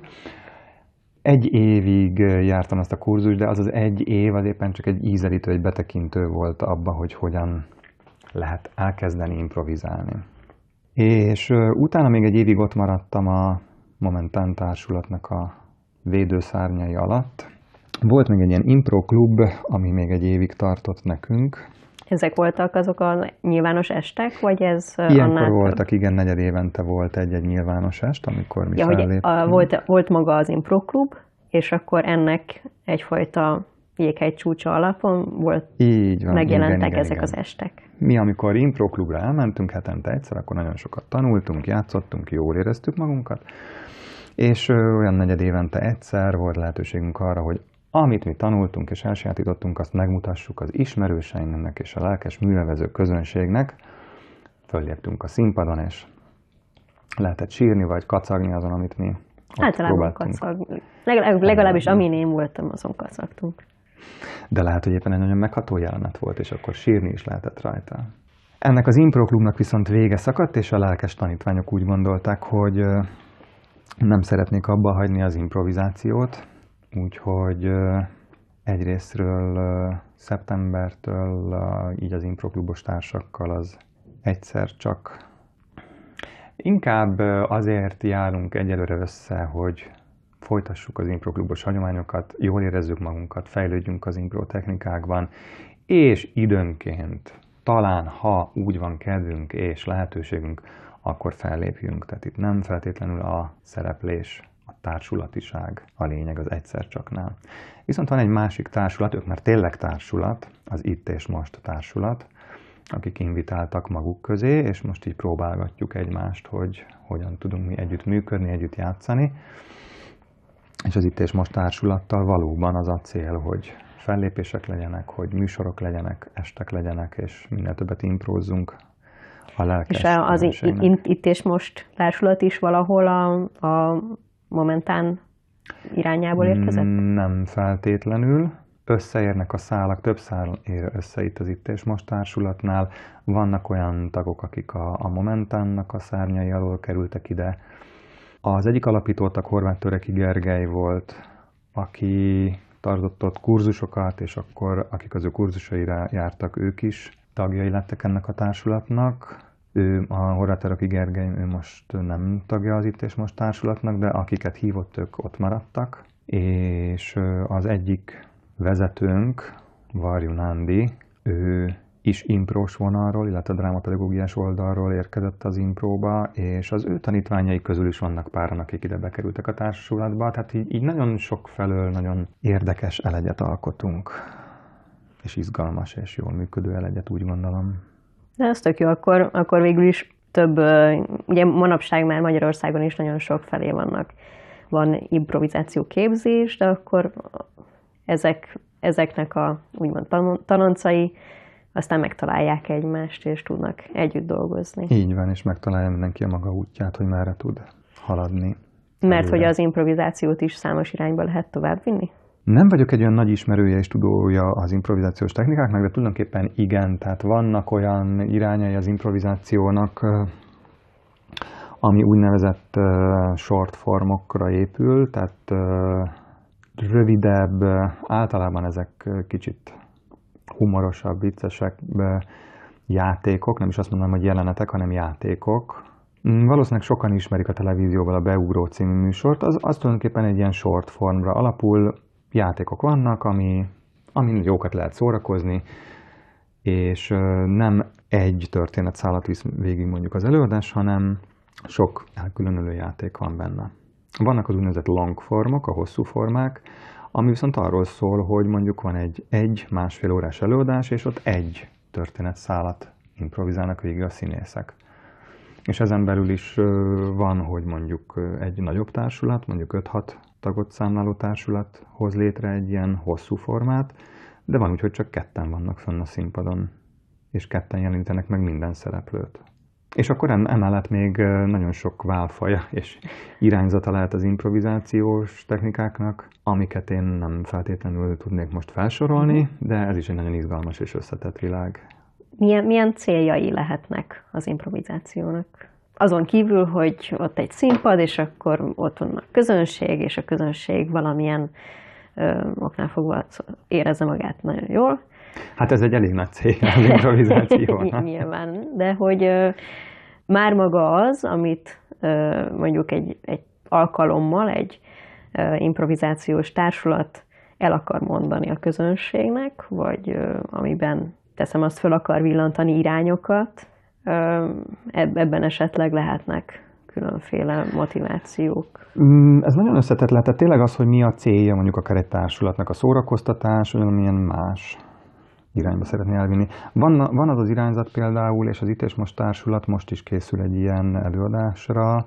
Egy évig jártam azt a kurzus, de az az egy év az éppen csak egy ízelítő, egy betekintő volt abba, hogy hogyan lehet elkezdeni improvizálni. És utána még egy évig ott maradtam a Momentán társulatnak a védőszárnyai alatt. Volt még egy ilyen impro klub, ami még egy évig tartott nekünk. Ezek voltak azok a nyilvános estek, vagy ez Ilyenkor annál voltak, több? Igen, negyed évente volt egy-egy nyilvános est, amikor mi ja, felléptünk. Hogy a, volt, volt maga az impro klub, és akkor ennek egyfajta jéghegy csúcsa alapon volt, Így van, megjelentek igen, igen, ezek igen. az estek. Mi, amikor impro klubra elmentünk hetente egyszer, akkor nagyon sokat tanultunk, játszottunk, jól éreztük magunkat, és ö, olyan negyed évente egyszer volt lehetőségünk arra, hogy amit mi tanultunk és elsajátítottunk, azt megmutassuk az ismerőseinknek és a lelkes művelvező közönségnek. Fölléptünk a színpadon, és lehetett sírni vagy kacagni azon, amit mi ott Általában próbáltunk. kacag. Legalább, legalábbis amin én voltam, azon kacagtunk. De lehet, hogy éppen egy nagyon megható jelenet volt, és akkor sírni is lehetett rajta. Ennek az impro klubnak viszont vége szakadt, és a lelkes tanítványok úgy gondolták, hogy nem szeretnék abba hagyni az improvizációt, úgyhogy egyrésztről szeptembertől így az improklubos társakkal az egyszer csak inkább azért járunk egyelőre össze, hogy folytassuk az improklubos hagyományokat, jól érezzük magunkat, fejlődjünk az impro technikákban, és időnként talán, ha úgy van kedvünk és lehetőségünk, akkor fellépjünk. Tehát itt nem feltétlenül a szereplés, a társulatiság a lényeg az egyszer csaknál. Viszont van egy másik társulat, ők már tényleg társulat, az Itt és Most társulat, akik invitáltak maguk közé, és most így próbálgatjuk egymást, hogy hogyan tudunk mi együtt működni, együtt játszani. És az Itt és Most társulattal valóban az a cél, hogy fellépések legyenek, hogy műsorok legyenek, estek legyenek, és minél többet imprózzunk a lelkes És az itt, itt és Most társulat is valahol a, a Momentán irányából érkezett? Nem feltétlenül. Összeérnek a szálak, több szál ér össze itt az Itt és Most társulatnál. Vannak olyan tagok, akik a, a Momentánnak a szárnyai alól kerültek ide. Az egyik alapítótag Horváth Töreki Gergely volt, aki tartott ott kurzusokat, és akkor akik az ő kurzusaira jártak, ők is tagjai lettek ennek a társulatnak. Ő, a Horváth Töreki Gergely, ő most nem tagja az Itt és Most társulatnak, de akiket hívott, ők ott maradtak. És az egyik vezetőnk, Varjú Nándi, ő is imprós vonalról, illetve a drámapedagógiás oldalról érkezett az impróba, és az ő tanítványai közül is vannak páran, akik ide bekerültek a társulatba, tehát így, így nagyon sok felől nagyon érdekes elegyet alkotunk, és izgalmas és jól működő elegyet, úgy gondolom. De ez tök jó, akkor, akkor végül is több, ugye manapság már Magyarországon is nagyon sok felé vannak. Van improvizáció képzés, de akkor ezek, ezeknek a úgymond tanoncai aztán megtalálják egymást, és tudnak együtt dolgozni. Így van, és megtalálja mindenki a maga útját, hogy merre tud haladni. Mert előre. hogy az improvizációt is számos irányba lehet továbbvinni? Nem vagyok egy olyan nagy ismerője és tudója az improvizációs technikáknak, de tulajdonképpen igen, tehát vannak olyan irányai az improvizációnak, ami úgynevezett short formokra épül, tehát rövidebb, általában ezek kicsit humorosabb, viccesek játékok, nem is azt mondom, hogy jelenetek, hanem játékok. Valószínűleg sokan ismerik a televízióval a Beugró című műsort, az, az tulajdonképpen egy ilyen short formra alapul, játékok vannak, ami, amin jókat lehet szórakozni, és nem egy történetszálat visz végig mondjuk az előadás, hanem sok elkülönülő játék van benne. Vannak az úgynevezett long formok, a hosszú formák, ami viszont arról szól, hogy mondjuk van egy egy-másfél órás előadás, és ott egy történetszálat improvizálnak végig a színészek. És ezen belül is van, hogy mondjuk egy nagyobb társulat, mondjuk öt-hat tagot számláló társulat hoz létre egy ilyen hosszú formát, de van úgy, hogy csak ketten vannak fönn a színpadon, és ketten jelenítenek meg minden szereplőt. És akkor emellett még nagyon sok válfaja és irányzata lehet az improvizációs technikáknak, amiket én nem feltétlenül tudnék most felsorolni, de ez is egy nagyon izgalmas és összetett világ. Milyen, milyen céljai lehetnek az improvizációnak? azon kívül, hogy ott egy színpad, és akkor ott van a közönség, és a közönség valamilyen ö, oknál fogva érezze magát nagyon jól. Hát ez egy elég nagy cél, az improvizáció. Nyilván, de hogy ö, már maga az, amit ö, mondjuk egy, egy alkalommal egy ö, improvizációs társulat el akar mondani a közönségnek, vagy ö, amiben teszem azt, föl akar villantani irányokat, ö, ebben esetleg lehetnek különféle motivációk. Ez nagyon összetett lehet. Tehát tényleg az, hogy mi a célja mondjuk akár egy társulatnak, a szórakoztatás, vagy milyen más irányba szeretné elvinni. Van, van az az irányzat például, és az Itt és Most társulat most is készül egy ilyen előadásra,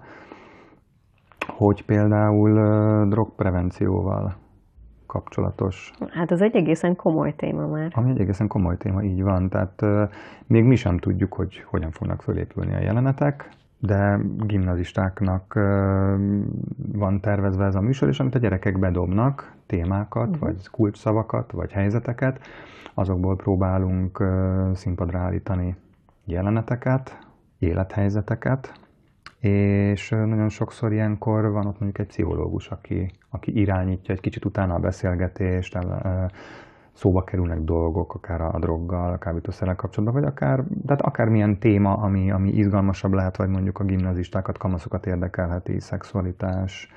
hogy például uh, drogprevencióval kapcsolatos. Hát ez egy egészen komoly téma már. Ami egy egészen komoly téma, így van. Tehát uh, még mi sem tudjuk, hogy hogyan fognak fölépülni a jelenetek, de gimnazistáknak uh, van tervezve ez a műsor, és amit a gyerekek bedobnak, témákat, uh-huh. vagy kulcsszavakat, vagy helyzeteket, azokból próbálunk uh, színpadra állítani jeleneteket, élethelyzeteket, és uh, nagyon sokszor ilyenkor van ott mondjuk egy pszichológus, aki, aki irányítja egy kicsit utána a beszélgetést, uh, szóba kerülnek dolgok, akár a droggal, a kábítószerrel kapcsolatban, vagy akár, tehát akármilyen téma, ami, ami izgalmasabb lehet, vagy mondjuk a gimnazistákat, kamaszokat érdekelheti, szexualitás,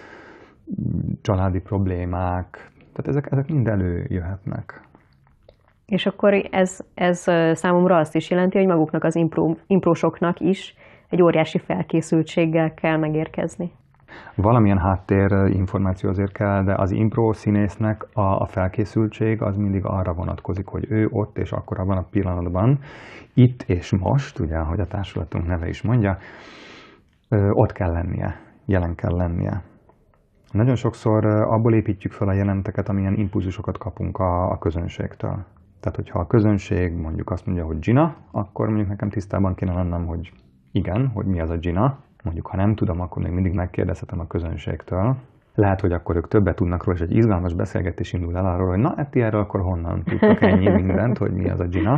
családi problémák, tehát ezek, ezek mind előjöhetnek. És akkor ez, ez számomra azt is jelenti, hogy maguknak az impro, imprósoknak is egy óriási felkészültséggel kell megérkezni. Valamilyen háttér információ azért kell, de az impro színésznek a, a felkészültség az mindig arra vonatkozik, hogy ő ott és akkor abban a pillanatban, itt és most, ugye, ahogy a társulatunk neve is mondja, ott kell lennie, jelen kell lennie. Nagyon sokszor abból építjük fel a jelenteket, amilyen impulzusokat kapunk a, a közönségtől. Tehát, hogyha a közönség mondjuk azt mondja, hogy Gina, akkor mondjuk nekem tisztában kéne lennem, hogy igen, hogy mi az a Gina. Mondjuk, ha nem tudom, akkor még mindig megkérdezhetem a közönségtől. Lehet, hogy akkor ők többet tudnak róla, és egy izgalmas beszélgetés indul el arról, hogy na, hát ti erről akkor honnan tudtak ennyi mindent, hogy mi az a Gina.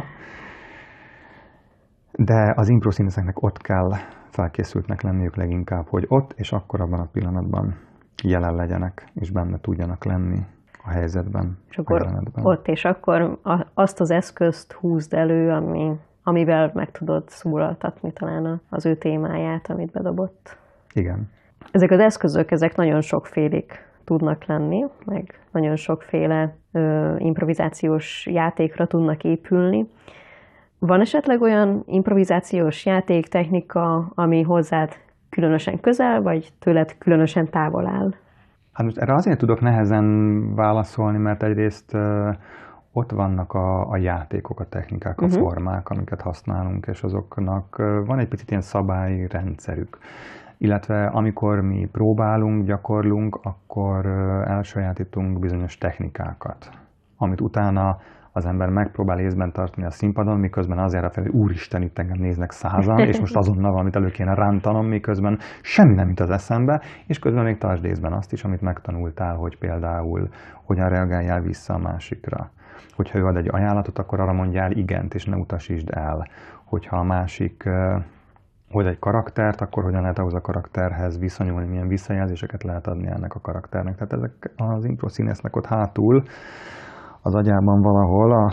De az impro színészeknek ott kell felkészültnek lenniük leginkább, hogy ott és akkor abban a pillanatban jelen legyenek, és benne tudjanak lenni a helyzetben, és akkor a jelenetben. Ott és akkor azt az eszközt húzd elő, ami, amivel meg tudod szólaltatni talán az ő témáját, amit bedobott. Igen. Ezek az eszközök, ezek nagyon sokfélék tudnak lenni, meg nagyon sokféle ö, improvizációs játékra tudnak épülni. Van esetleg olyan improvizációs játék, technika, ami hozzád különösen közel, vagy tőled különösen távol áll? Hát most erre azért tudok nehezen válaszolni, mert egyrészt uh, ott vannak a, a játékok, a technikák, a uh-huh. formák, amiket használunk, és azoknak uh, van egy picit ilyen szabályrendszerük. Illetve amikor mi próbálunk, gyakorlunk, akkor uh, elsajátítunk bizonyos technikákat, amit utána az ember megpróbál észben tartani a színpadon, miközben azért a fel, hogy úristen, itt engem néznek százan, és most azonnal valamit elő kéne rántanom, miközben semmi nem jut az eszembe, és közben még tartsd észben azt is, amit megtanultál, hogy például hogyan reagáljál vissza a másikra. Hogyha ő ad egy ajánlatot, akkor arra mondjál igent, és ne utasítsd el. Hogyha a másik hoz egy karaktert, akkor hogyan lehet ahhoz a karakterhez viszonyulni, milyen visszajelzéseket lehet adni ennek a karakternek. Tehát ezek az impro színésznek ott hátul, az agyában valahol, a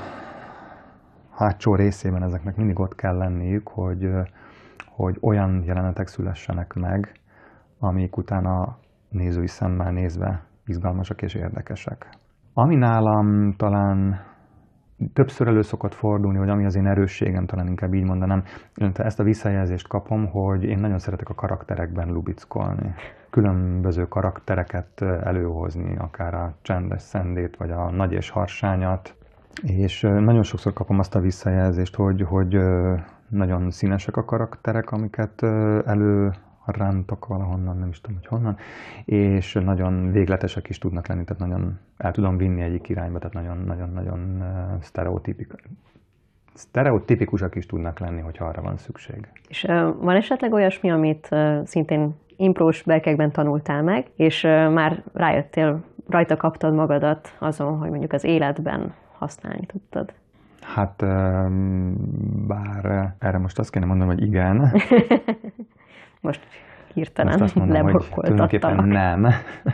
hátsó részében ezeknek mindig ott kell lenniük, hogy, hogy olyan jelenetek szülessenek meg, amik utána nézői szemmel nézve izgalmasak és érdekesek. Ami nálam talán többször elő szokott fordulni, vagy ami az én erősségem, talán inkább így mondanám, ezt a visszajelzést kapom, hogy én nagyon szeretek a karakterekben lubickolni. Különböző karaktereket előhozni, akár a csendes szendét, vagy a nagy és harsányat. És nagyon sokszor kapom azt a visszajelzést, hogy, hogy nagyon színesek a karakterek, amiket előrántok valahonnan, nem is tudom, hogy honnan, és nagyon végletesek is tudnak lenni, tehát nagyon el tudom vinni egyik irányba, tehát nagyon-nagyon sztereotipikus. Sztereotipikusak is tudnak lenni, hogyha arra van szükség. És uh, van esetleg olyasmi, amit uh, szintén imprós belkekben tanultál meg, és uh, már rájöttél, rajta kaptad magadat azon, hogy mondjuk az életben használni tudtad? Hát, um, bár erre most azt kéne mondanom, hogy igen. Most hirtelen Most azt mondom, hogy tulajdonképpen nem.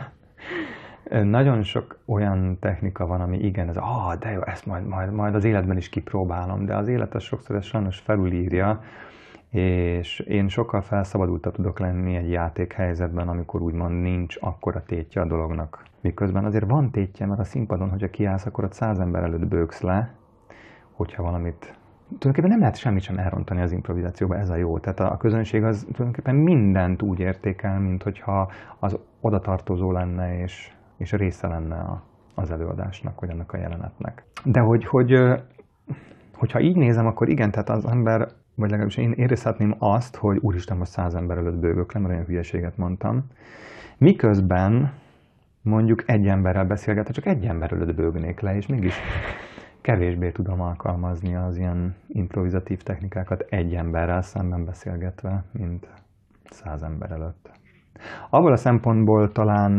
Nagyon sok olyan technika van, ami igen, ez, ah, de jó, ezt majd, majd, majd az életben is kipróbálom, de az élet az sokszor ezt sajnos felülírja, és én sokkal felszabadultabb tudok lenni egy játékhelyzetben, amikor úgymond nincs akkora tétje a dolognak. Miközben azért van tétje, mert a színpadon, hogyha kiállsz, akkor ott száz ember előtt bőgsz le, hogyha valamit... Tulajdonképpen nem lehet semmit sem elrontani az improvizációban, ez a jó. Tehát a közönség az tulajdonképpen mindent úgy értékel, mint hogyha az odatartozó lenne, és, és része lenne a, az előadásnak, vagy annak a jelenetnek. De hogy, hogy, hogyha így nézem, akkor igen, tehát az ember, vagy legalábbis én érezhetném azt, hogy úristen, most száz ember előtt bőgök le, mert olyan hülyeséget mondtam. Miközben mondjuk egy emberrel beszélgetve, csak egy ember előtt bőgnék le, és mégis kevésbé tudom alkalmazni az ilyen improvizatív technikákat egy emberrel szemben beszélgetve, mint száz ember előtt. Abból a szempontból talán,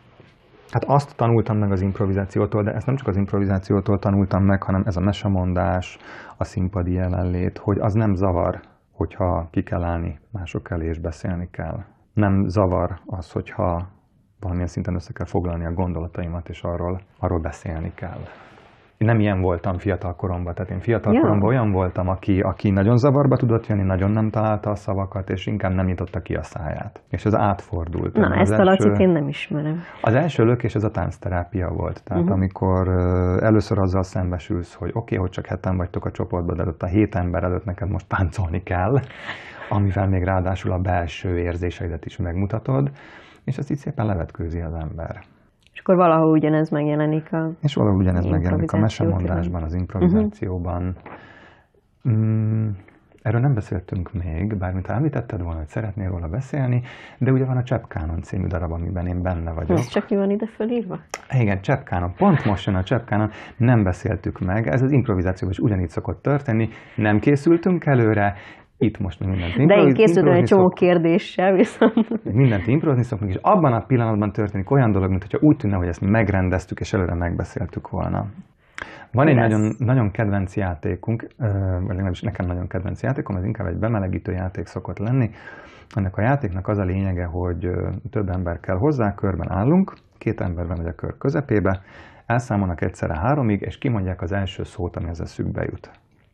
hát azt tanultam meg az improvizációtól, de ezt nem csak az improvizációtól tanultam meg, hanem ez a mesemondás, a színpadi jelenlét, hogy az nem zavar, hogyha ki kell állni mások elé és beszélni kell. Nem zavar az, hogyha valamilyen szinten össze kell foglalni a gondolataimat, és arról, arról beszélni kell. Én nem ilyen voltam fiatal koromban, tehát én fiatal ja. koromban olyan voltam, aki, aki nagyon zavarba tudott jönni, nagyon nem találta a szavakat, és inkább nem nyitotta ki a száját. És ez átfordult. Na, ezt a Lacit én nem ismerem. Az első lökés ez a táncterápia volt. Tehát uh-huh. amikor uh, először azzal szembesülsz, hogy oké, okay, hogy csak heten vagytok a csoportban, de ott a hét ember előtt neked most táncolni kell, amivel még ráadásul a belső érzéseidet is megmutatod, és azt így szépen levetkőzi az ember. És akkor valahol ugyanez megjelenik a És valahol ugyanez megjelenik a mesemondásban, az improvizációban. Uh-huh. Mm, erről nem beszéltünk még, bármint említetted volna, hogy szeretnél róla beszélni, de ugye van a Cseppkánon című darab, amiben én benne vagyok. Ez csak mi van ide fölírva? Igen, Cseppkánon. Pont most jön a Cseppkánon, nem beszéltük meg. Ez az improvizációban is ugyanígy szokott történni. Nem készültünk előre, itt most még mindent improviz, De én készültem egy csomó kérdéssel, viszont... Mindent improvizni szoktunk, és abban a pillanatban történik olyan dolog, mintha úgy tűnne, hogy ezt megrendeztük, és előre megbeszéltük volna. Van egy nagyon, nagyon kedvenc játékunk, vagy legalábbis nekem nagyon kedvenc játékom, ez inkább egy bemelegítő játék szokott lenni. Ennek a játéknak az a lényege, hogy több ember kell hozzá, körben állunk, két ember van a kör közepébe, elszámolnak egyszerre háromig, és kimondják az első szót, ami az eszükbe jut.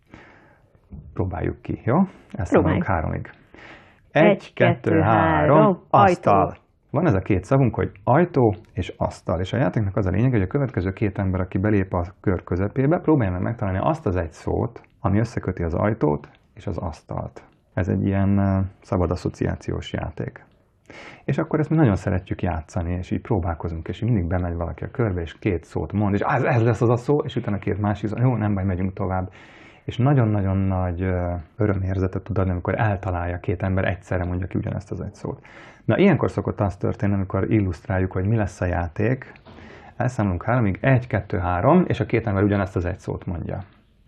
Próbáljuk ki, jó? Elszámolunk háromig. Egy, Egy kettő, három, asztal. Ajtó. Van ez a két szavunk, hogy ajtó és asztal. És a játéknak az a lényeg, hogy a következő két ember, aki belép a kör közepébe, próbálja meg megtalálni azt az egy szót, ami összeköti az ajtót és az asztalt. Ez egy ilyen szabad asszociációs játék. És akkor ezt mi nagyon szeretjük játszani, és így próbálkozunk, és így mindig bemegy valaki a körbe, és két szót mond, és ez, ez lesz az a szó, és utána két másik szó, jó, nem baj, megyünk tovább. És nagyon-nagyon nagy örömérzetet tud adni, amikor eltalálja két ember egyszerre mondja ki ugyanezt az egy szót. Na, ilyenkor szokott az történni, amikor illusztráljuk, hogy mi lesz a játék. Elszámolunk háromig, egy, kettő, három, és a két ember ugyanezt az egy szót mondja.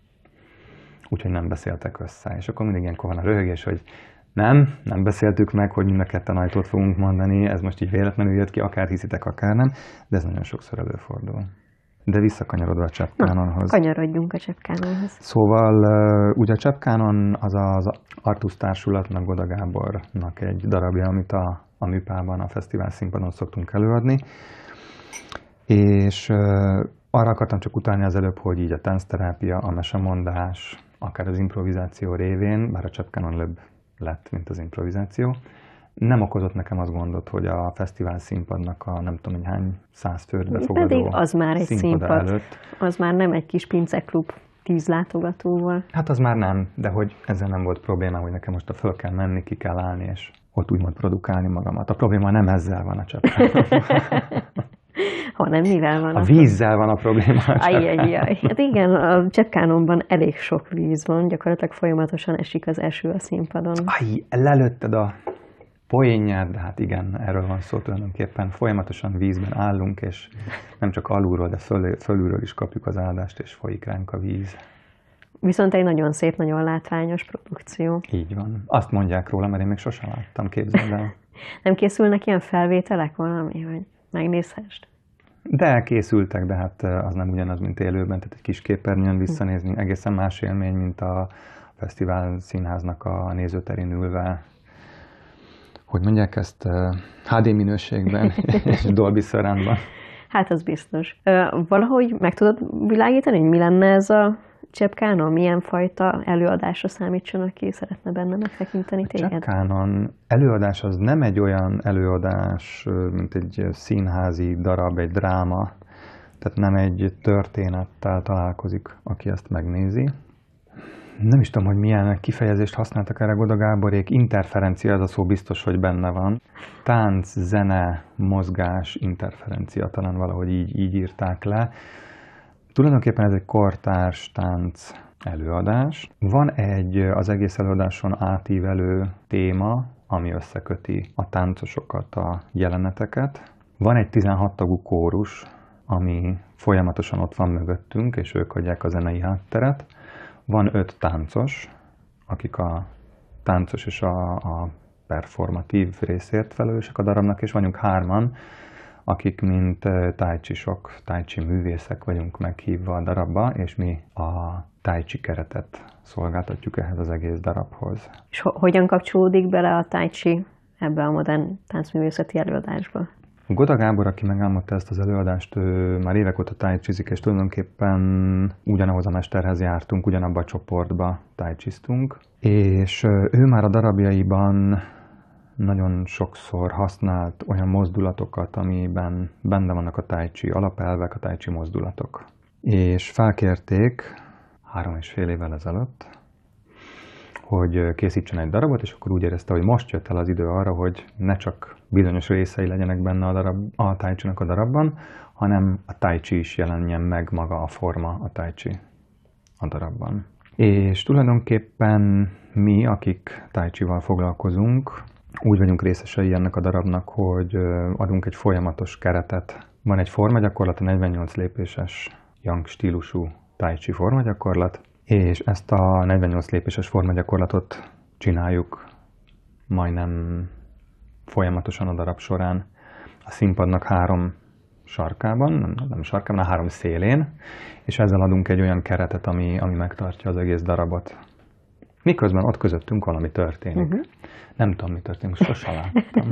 Úgyhogy nem beszéltek össze. És akkor mindig ilyenkor van a röhögés, hogy nem, nem beszéltük meg, hogy mind a ketten ajtót fogunk mondani, ez most így véletlenül jött ki, akár hiszitek, akár nem, de ez nagyon sokszor előfordul. De visszakanyarodva a Cseppkánonhoz. Kanyarodjunk a Cseppkánonhoz. Szóval ugye a Cseppkánon az az Artusz Társulatnak, Goda Gábornak egy darabja, amit a, a Műpában, a fesztivál színpadon szoktunk előadni. És arra akartam csak utalni az előbb, hogy így a táncterápia, a mesemondás, akár az improvizáció révén, bár a Cseppkánon löbb lett, mint az improvizáció, nem okozott nekem az gondot, hogy a fesztivál színpadnak a nem tudom, hogy hány száz főt befogadó Pedig az már egy színpad, előtt. Az már nem egy kis pinceklub tíz látogatóval. Hát az már nem, de hogy ezzel nem volt probléma, hogy nekem most föl kell menni, ki kell állni, és ott úgymond produkálni magamat. A probléma nem ezzel van a Cseppkánon. Hanem mivel van? A vízzel van a probléma. Ajjajjaj. Hát igen, a Cseppkánonban elég sok víz van, gyakorlatilag folyamatosan esik az eső a színpadon. Aj, lelőtted a poénját, de hát igen, erről van szó tulajdonképpen. Folyamatosan vízben állunk, és nem csak alulról, de föl, fölülről is kapjuk az áldást, és folyik ránk a víz. Viszont egy nagyon szép, nagyon látványos produkció. Így van. Azt mondják róla, mert én még sosem láttam, képzeld el. Nem készülnek ilyen felvételek valami, hogy megnézhessd? De készültek, de hát az nem ugyanaz, mint élőben, tehát egy kis képernyőn visszanézni egészen más élmény, mint a fesztivál színháznak a nézőterén ülve hogy mondják ezt há dé minőségben és Dolby Surroundban. Hát az biztos. Valahogy meg tudod világítani, hogy mi lenne ez a Chep Canon? Milyen fajta előadásra számítson, aki szeretne benne megtekinteni téged? Chep Canon előadás az nem egy olyan előadás, mint egy színházi darab, egy dráma. Tehát nem egy történettel találkozik, aki ezt megnézi. Nem is tudom, hogy milyen kifejezést használtak erre Goda Gáborék. Interferencia, ez a szó biztos, hogy benne van. Tánc, zene, mozgás, interferencia, talán valahogy így, így írták le. Tulajdonképpen ez egy kortárs tánc előadás. Van egy az egész előadáson átívelő téma, ami összeköti a táncosokat, a jeleneteket. Van egy tizenhat tagú kórus, ami folyamatosan ott van mögöttünk, és ők adják a zenei hátteret. Van öt táncos, akik a táncos és a, a performatív részért felelősek a darabnak, és vagyunk hárman, akik mint tai chi-sok, tai chi művészek vagyunk meghívva a darabba, és mi a tai chi keretet szolgáltatjuk ehhez az egész darabhoz. És ho- hogyan kapcsolódik bele a tai chi ebbe a modern táncművészeti előadásba? Goda Gábor, aki megálmodta ezt az előadást, ő már évek óta tai chizik, és tulajdonképpen ugyanahoz a mesterhez jártunk, ugyanabba a csoportba tai chiztunk, és ő már a darabjaiban nagyon sokszor használt olyan mozdulatokat, amiben benne vannak a tai chi alapelvek, a tai chi mozdulatok. És felkérték három és fél évvel ezelőtt, hogy készítsen egy darabot, és akkor úgy érezte, hogy most jött el az idő arra, hogy ne csak bizonyos részei legyenek benne a, darab, a tai chi-nak a darabban, hanem a tai chi is jelenjen meg, maga a forma, a tai chi a darabban. És tulajdonképpen mi, akik tai chi-val foglalkozunk, úgy vagyunk részesei ennek a darabnak, hogy adunk egy folyamatos keretet. Van egy formagyakorlat, a negyvennyolc lépéses yang stílusú tai chi formagyakorlat, és ezt a negyvennyolc lépéses formagyakorlatot csináljuk majdnem folyamatosan a darab során. A színpadnak három sarkában, nem, nem sarkában, a három szélén, és ezzel adunk egy olyan keretet, ami, ami megtartja az egész darabot. Miközben ott közöttünk valami történik. Uh-huh. Nem tudom, mi történik, sosem láttam.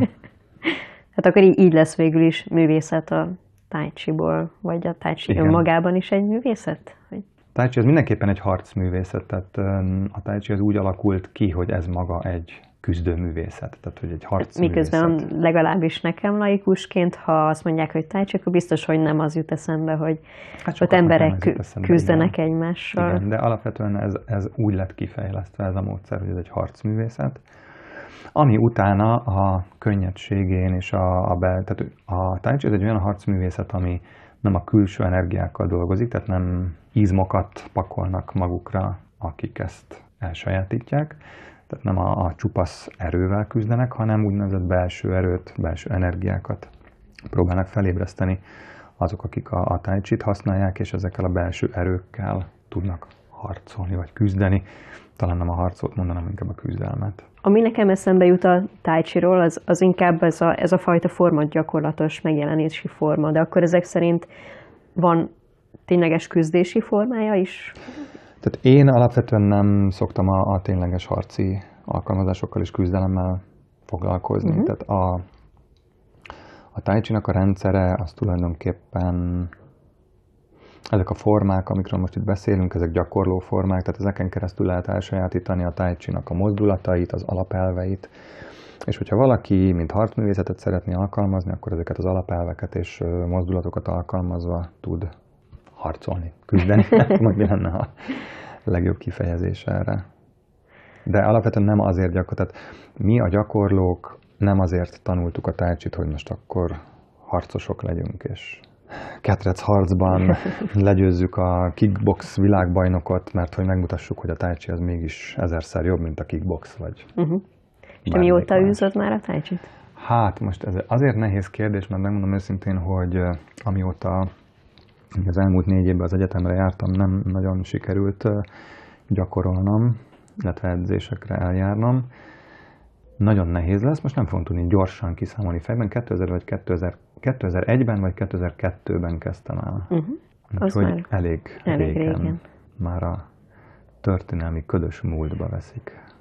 Hát akkor így lesz végül is művészet a tai chi-ból, vagy a tai chi önmagában is egy művészet? Hogy... Tai chi az mindenképpen egy harcművészet, tehát a tai chi az úgy alakult ki, hogy ez maga egy küzdőművészet, tehát hogy egy harcművészet. Miközben legalábbis nekem laikusként, ha azt mondják, hogy tai chi, akkor biztos, hogy nem az jut eszembe, hogy hát ott emberek eszembe, küzdenek igen. egymással. Igen, de alapvetően ez, ez úgy lett kifejlesztve ez a módszer, hogy ez egy harcművészet, ami utána a könnyedségén és a, a bel... Tehát a tai chi ez egy olyan harcművészet, ami nem a külső energiákkal dolgozik, tehát nem izmokat pakolnak magukra, akik ezt elsajátítják. Tehát nem a, a csupasz erővel küzdenek, hanem úgynevezett belső erőt, belső energiákat próbálnak felébreszteni azok, akik a, a tai chi-t használják, és ezekkel a belső erőkkel tudnak harcolni, vagy küzdeni. Talán nem a harcot mondanám, inkább a küzdelmet. Ami nekem eszembe jut a tai chi-ról, az, az inkább ez a, ez a fajta formatgyakorlatos megjelenési forma, de akkor ezek szerint van tényleges küzdési formája is? Tehát én alapvetően nem szoktam a, a tényleges harci alkalmazásokkal és küzdelemmel foglalkozni. Uh-huh. Tehát a, a tai chi-nak a rendszere az tulajdonképpen ezek a formák, amikről most itt beszélünk, ezek gyakorló formák, tehát ezeken keresztül lehet elsajátítani a tai chi-nak a mozdulatait, az alapelveit. És hogyha valaki, mint harcművészetet szeretné alkalmazni, akkor ezeket az alapelveket és mozdulatokat alkalmazva tud harcolni, küzdeni. Majd mi lenne a legjobb kifejezés erre. De alapvetően nem azért gyakorló, tehát mi a gyakorlók nem azért tanultuk a tai chi-t, hogy most akkor harcosok legyünk, és ketrec harcban legyőzzük a kickbox világbajnokot, mert hogy megmutassuk, hogy a tai chi az mégis ezerszer jobb, mint a kickbox, vagy uh-huh. És te mióta űzöd már a tai chi-t? Hát most ez azért nehéz kérdés, mert megmondom őszintén, hogy amióta az elmúlt négy évben az egyetemre jártam, nem nagyon sikerült gyakorolnom, illetve edzésekre eljárnom. Nagyon nehéz lesz, most nem fogom tudni gyorsan kiszámolni fejben. kétezer vagy kétezer-egyben vagy kétezer-kettőben kezdtem el. Uh-huh. Úgyhogy elég, elég régen. régen. Már a történelmi ködös múltba veszik.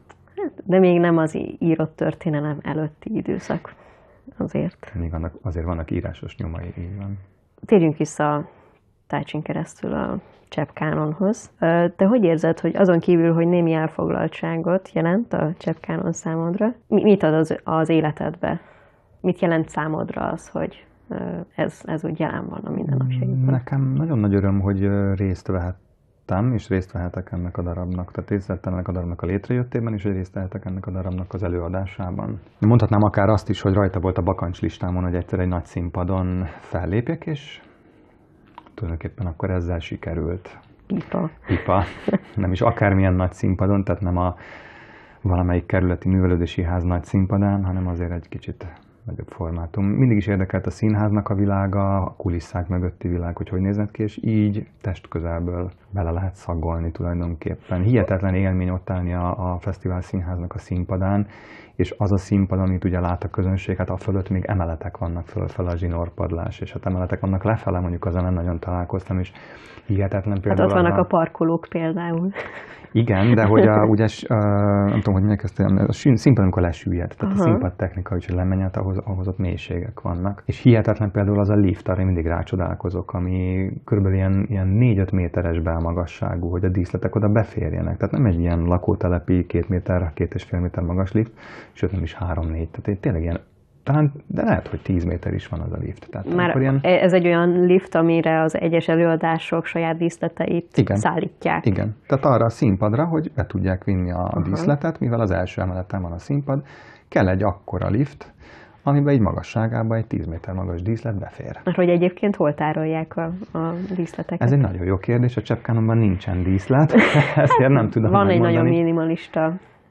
de még nem az írott történelem előtti időszak azért. Még annak, azért vannak írásos nyomai, így van. Térjünk vissza a Tácsin keresztül a cseppkánonhoz. Te hogy érzed, hogy azon kívül, hogy némi elfoglaltságot jelent a cseppkánon számodra, mit ad az, az életedbe? Mit jelent számodra az, hogy ez, ez úgy jelen van a mindennapjaidban? Nekem nagyon nagy öröm, hogy részt vehettem, és részt vehetek ennek a darabnak. Tehát részt vettem ennek a darabnak a létrejöttében, és hogy részt vehetek ennek a darabnak az előadásában. Mondhatnám akár azt is, hogy rajta volt a bakancslistámon, hogy egyszer egy nagy színpadon fellépjek, és tulajdonképpen akkor ezzel sikerült. Pipa. Pipa. Nem is akármilyen nagy színpadon, tehát nem a valamelyik kerületi művelődési ház nagy színpadán, hanem azért egy kicsit nagyobb formátum. Mindig is érdekelt a színháznak a világa, a kulisszák mögötti világ, hogy hogy nézett ki, és így testközelből bele lehet szagolni tulajdonképpen. Hihetetlen élmény ott állni a, a fesztivál színháznak a színpadán, és az a színpad, amit ugye lát a közönség, hát a fölött még emeletek vannak föl-fel a zsinórpadlás, és hát emeletek vannak lefele, mondjuk azon nem nagyon találkoztam, és hihetetlen például. Hát ott vannak a... a parkolók például. Igen, de hogy a, ugye, uh, nem tudom, hogy mondják ezt, a színpad, amikor lesüllyed, tehát uh-huh. a színpad technika, hogy lemenjen, ahhoz, ahhoz ott mélységek vannak. És hihetetlen például az a lift, arra én mindig rácsodálkozok, ami körülbelül ilyen, ilyen négy-öt méteres belmagasságú, hogy a díszletek oda beférjenek. Tehát nem egy ilyen lakótelepi két méter, két és fél méter magas lift, sőt nem is három-négy. Tehát tényleg ilyen, talán, de lehet, hogy tíz méter is van az a lift. Tehát már ilyen... ez egy olyan lift, amire az egyes előadások saját díszleteit igen. szállítják. Igen. Tehát arra a színpadra, hogy be tudják vinni a uh-huh. díszletet, mivel az első emeleten van a színpad, kell egy akkora lift, amiben egy magasságában egy tíz méter magas díszlet befér. Mert hogy egyébként hol tárolják a, a díszleteket? Ez egy nagyon jó kérdés. A cseppkánonban nincsen díszlet, ezért nem tudom Van megmondani. Egy nagyon minimalista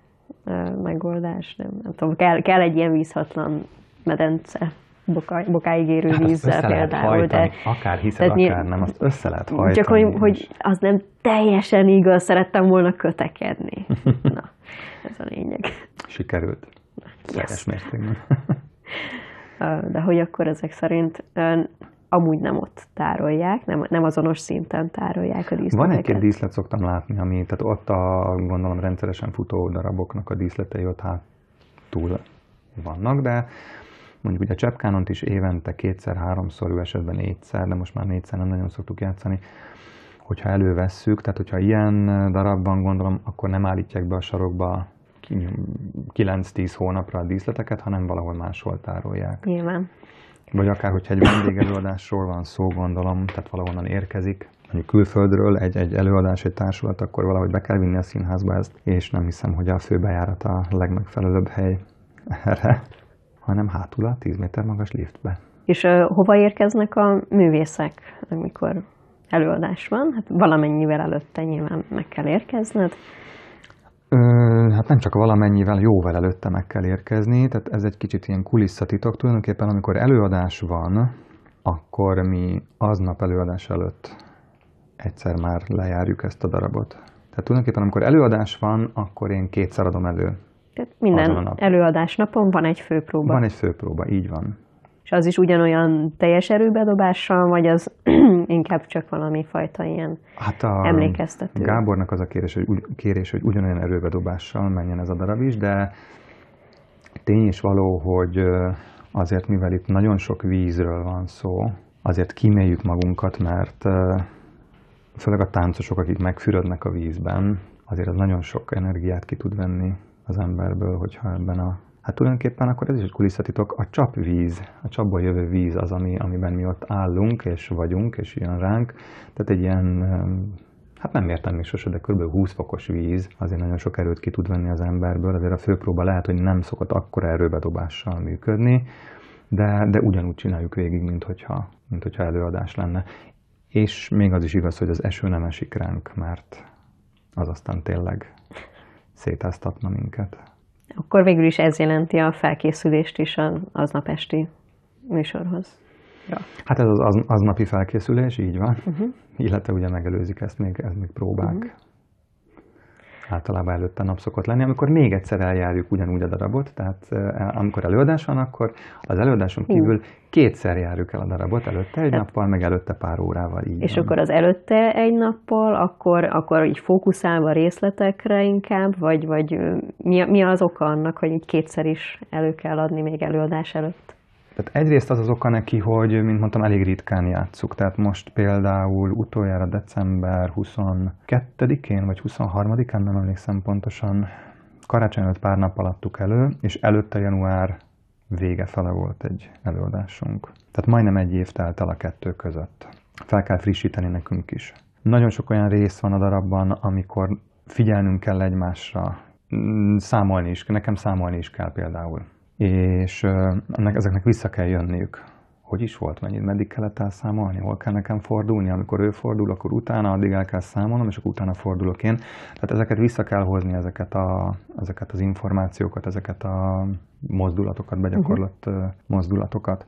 uh, megoldás. Nem, nem tudom, kell, kell egy ilyen vízhatlan medence, boká, bokáig érő hát vízzel például. Hajtani, de akár hiszed, akár nyilv... nem, azt össze lehet hajtani. Csak hogy, hogy az nem teljesen igaz, szerettem volna kötekedni. Na, ez a lényeg. Sikerült. Yes. Mértékben. De hogy akkor ezek szerint amúgy nem ott tárolják, nem, nem azonos szinten tárolják a díszleteket. Van egy-két díszlet, szoktam látni, ami, tehát ott a, gondolom, rendszeresen futó daraboknak a díszletei ott hátul vannak, de mondjuk ugye a cseppkánont is évente kétszer-háromszor, jó esetben négyszer, de most már négyszer nem nagyon szoktuk játszani, hogyha elővesszük, tehát hogyha ilyen darabban gondolom, akkor nem állítják be a sarokba kilenc-tíz hónapra a díszleteket, hanem valahol máshol tárolják. Nyilván. Vagy akár, hogyha egy vendégelőadásról van szó, gondolom, tehát valahonnan érkezik, mondjuk külföldről egy, egy előadás, egy társulat, akkor valahogy be kell vinni a színházba ezt, és nem hiszem, hogy a főbejárat a legmegfelelőbb hely erre, hanem hátul a tíz méter magas liftbe. És uh, hova érkeznek a művészek, amikor előadás van? Hát valamennyivel előtte nyilván meg kell érkezned. Ö, hát nem csak valamennyivel, jóval előtte meg kell érkezni, tehát ez egy kicsit ilyen kulisszatitok. Tulajdonképpen amikor előadás van, akkor mi aznap előadás előtt egyszer már lejárjuk ezt a darabot. Tehát tulajdonképpen amikor előadás van, akkor én kétszer adom elő. Tehát minden előadás napon van egy főpróba. Van egy főpróba, így van. És az is ugyanolyan teljes erőbedobással, vagy az inkább csak valami fajta ilyen hát a emlékeztető? Gábornak az a kérés hogy, kérés, hogy ugyanolyan erőbedobással menjen ez a darab is, de tény is való, hogy azért, mivel itt nagyon sok vízről van szó, azért kíméljük magunkat, mert főleg a táncosok, akik megfürödnek a vízben, azért az nagyon sok energiát ki tud venni az emberből, hogyha ebben a... Hát tulajdonképpen akkor ez is egy kulisszatitok, a csapvíz, a csapból jövő víz az, ami, amiben mi ott állunk, és vagyunk, és jön ránk. Tehát egy ilyen, hát nem értem még sose, de kb. húsz fokos víz azért nagyon sok erőt ki tud venni az emberből. Azért a főpróba lehet, hogy nem szokott akkora erőbedobással működni, de, de ugyanúgy csináljuk végig, mint hogyha, mint hogyha előadás lenne. És még az is igaz, hogy az eső nem esik ránk, mert az aztán tényleg szétáztatna minket. Akkor végül is ez jelenti a felkészülést is az aznap esti műsorhoz. Ja. Hát ez az, az aznapi felkészülés, így van. Uh-huh. Illetve ugye megelőzik ezt még, ez még próbák. Uh-huh. Általában előtte nap szokott lenni, amikor még egyszer eljárjuk ugyanúgy a darabot, tehát amikor előadás van, akkor az előadáson kívül kétszer járjuk el a darabot, előtte egy hát, nappal, meg előtte pár órával. Így és van. akkor az előtte egy nappal, akkor, akkor így fókuszálva részletekre inkább, vagy, vagy mi, mi az oka annak, hogy így kétszer is elő kell adni még előadás előtt? Tehát egyrészt az az oka neki, hogy, mint mondtam, elég ritkán játsszuk. Tehát most például utoljára december huszonkettedikén vagy huszonharmadikán, nem emlékszem pontosan, karácsony előtt pár nappal adtuk elő, és előtte január vége fele volt egy előadásunk. Tehát majdnem egy év telt el a kettő között. Fel kell frissíteni nekünk is. Nagyon sok olyan rész van a darabban, amikor figyelnünk kell egymásra, számolni is, nekem számolni is kell például. És ennek, ezeknek vissza kell jönniük. Hogy is volt, mennyit, meddig kellett elszámolni, hol kell nekem fordulni, amikor ő fordul, akkor utána, addig el kell számolnom, és akkor utána fordulok én. Tehát ezeket vissza kell hozni, ezeket, a, ezeket az információkat, ezeket a mozdulatokat, begyakorlott uh-huh. mozdulatokat.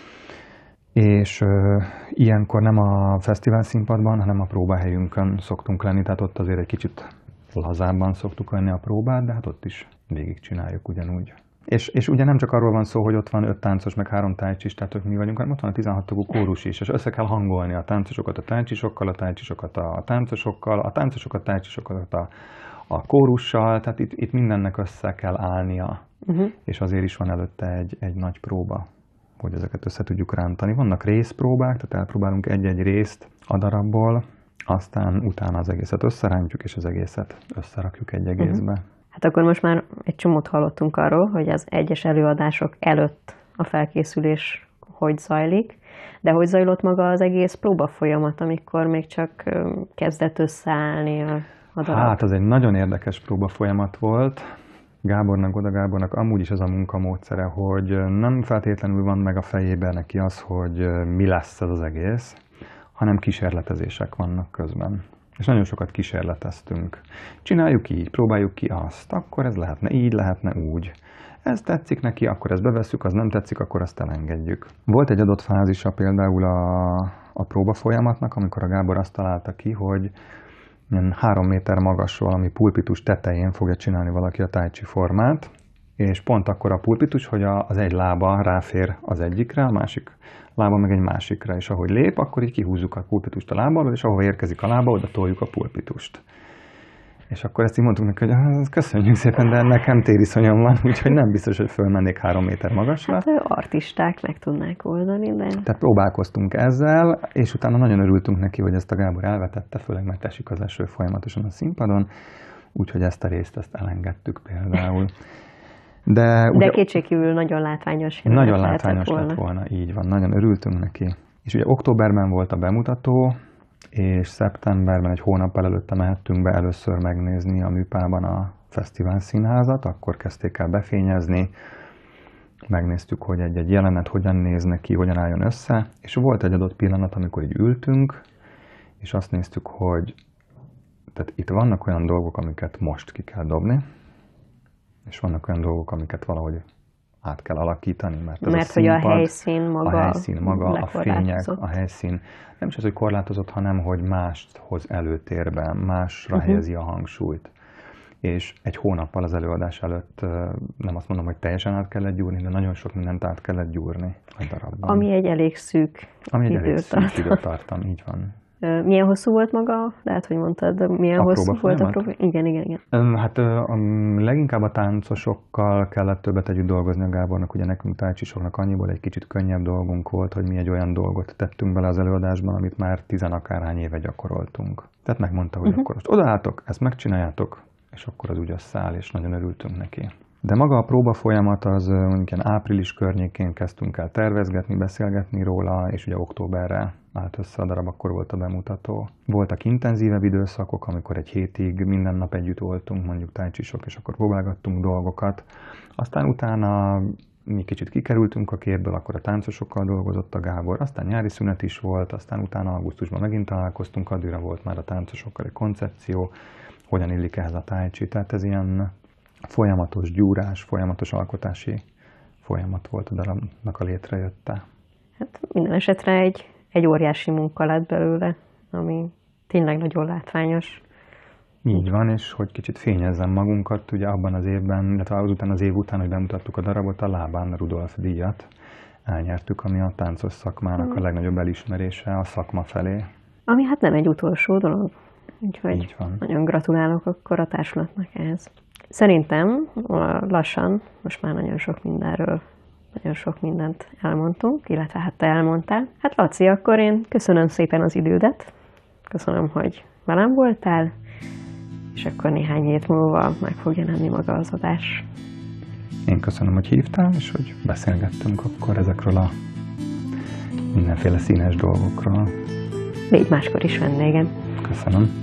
És uh, ilyenkor nem a fesztivál színpadban, hanem a próbahelyünkön szoktunk lenni, tehát ott azért egy kicsit lazábban szoktuk venni a próbát, de hát ott is végigcsináljuk ugyanúgy. És, és ugye nem csak arról van szó, hogy ott van öt táncos, meg három tájcsis, tehát hogy mi vagyunk, hanem ott van a tizenhat tagú kórus is, és össze kell hangolni a táncosokat a tájcsisokkal, a tájcsisokat a táncosokkal, a táncosokat a tájcsisokat a, a kórussal, tehát itt, itt mindennek össze kell állnia, uh-huh. és azért is van előtte egy, egy nagy próba, hogy ezeket össze tudjuk rántani. Vannak részpróbák, tehát elpróbálunk egy-egy részt a darabból, aztán utána az egészet összerántjuk, és az egészet összerakjuk egy egészbe. Uh-huh. Hát akkor most már egy csomót hallottunk arról, hogy az egyes előadások előtt a felkészülés hogy zajlik, de hogy zajlott maga az egész próbafolyamat, amikor még csak kezdett összeállni a, a darab? Hát, az egy nagyon érdekes próbafolyamat volt. Gábornak, Oda Gábornak amúgy is az a munkamódszere, hogy nem feltétlenül van meg a fejében neki az, hogy mi lesz ez az egész, hanem kísérletezések vannak közben. És nagyon sokat kísérleteztünk. Csináljuk így, próbáljuk ki azt, akkor ez lehetne így, lehetne úgy. Ez tetszik neki, akkor ezt bevesszük, az nem tetszik, akkor azt elengedjük. Volt egy adott fázisa például a, a próba folyamatnak, amikor a Gábor azt találta ki, hogy ilyen három méter magas valami pulpitus tetején fogja csinálni valaki a tai chi formát, és pont akkor a pulpitus, hogy az egy lába ráfér az egyikre, a másik lába meg egy másikra, és ahogy lép, akkor így kihúzzuk a pulpitust a lábalól, és ahova érkezik a lába, oda toljuk a pulpitust. És akkor ezt így mondtuk neki, hogy köszönjük szépen, de nekem tériszonyom van, úgyhogy nem biztos, hogy fölmennék három méter magasra. Hát artisták meg tudnák oldani, de... Tehát próbálkoztunk ezzel, és utána nagyon örültünk neki, hogy ezt a Gábor elvetette, főleg mert esik az eső folyamatosan a színpadon, úgyhogy ezt a részt ezt elengedtük például. De, De kétségkívül nagyon látványos. Nagyon látványos volna. lett volna, így van, nagyon örültünk neki. És ugye októberben volt a bemutató, és szeptemberben, egy hónappal előtte mehettünk be először megnézni a Műpában a fesztivál színházat, akkor kezdték el befényezni, megnéztük, hogy egy-egy jelenet hogyan néz neki, hogyan álljon össze, és volt egy adott pillanat, amikor így ültünk, és azt néztük, hogy tehát itt vannak olyan dolgok, amiket most ki kell dobni, és vannak olyan dolgok, amiket valahogy át kell alakítani, mert ez mert a hogy színpad, a helyszín maga, a, helyszín maga a fények, a helyszín nem is az, hogy korlátozott, hanem hogy mást hoz előtérben, másra uh-huh. helyezi a hangsúlyt. És egy hónappal az előadás előtt nem azt mondom, hogy teljesen át kellett gyúrni, de nagyon sok mindent át kellett gyúrni a darabban. Ami egy elég szűk Ami egy elég szűk időtartam, így van. Milyen hosszú volt maga? Lehet, hogy mondtad, de milyen a hosszú volt folyamat? a próba? Igen, igen, igen. Hát leginkább a táncosokkal kellett többet együtt dolgozni a Gábornak, ugye nekünk tájcsisoknak annyiból egy kicsit könnyebb dolgunk volt, hogy mi egy olyan dolgot tettünk bele az előadásban, amit már tizenakárhány éve gyakoroltunk. Tehát megmondta, hogy uh-huh. akkor most odaálltok, ezt megcsináljátok, és akkor az úgy összeáll, és nagyon örültünk neki. De maga a próba folyamat az mondjuk ilyen április környékén kezdtünk el tervezgetni, beszélgetni róla, és ugye októberre állt össze a darab, akkor volt a bemutató. Voltak intenzívebb időszakok, amikor egy hétig minden nap együtt voltunk, mondjuk tájcsisok, és akkor próbálgattunk dolgokat. Aztán utána mi kicsit kikerültünk a képből, akkor a táncosokkal dolgozott a Gábor, aztán nyári szünet is volt, aztán utána augusztusban megint találkoztunk, addigra volt már a táncosokkal egy koncepció, hogyan illik ehhez a tai chi. Tehát ez ilyen folyamatos gyúrás, folyamatos alkotási folyamat volt a darabnak a létrejötte. Hát minden esetre egy, egy óriási munka lett belőle, ami tényleg nagyon látványos. Így van, és hogy kicsit fényezzem magunkat, ugye abban az évben, illetve azután az év után, hogy bemutattuk a darabot, a Lábán Rudolf díjat elnyertük, ami a táncos szakmának a legnagyobb elismerése a szakma felé. Ami hát nem egy utolsó dolog. Úgyhogy Így van. nagyon gratulálok akkor a társulatnak ehhez. Szerintem lassan, most már nagyon sok mindenről, nagyon sok mindent elmondtunk, illetve hát te elmondtál. Hát Laci, akkor én köszönöm szépen az idődet, köszönöm, hogy velem voltál, és akkor néhány hét múlva meg fog jelenni maga az adás. Én köszönöm, hogy hívtál, és hogy beszélgettünk akkor ezekről a mindenféle színes dolgokról. Légy máskor is vendégem. Köszönöm.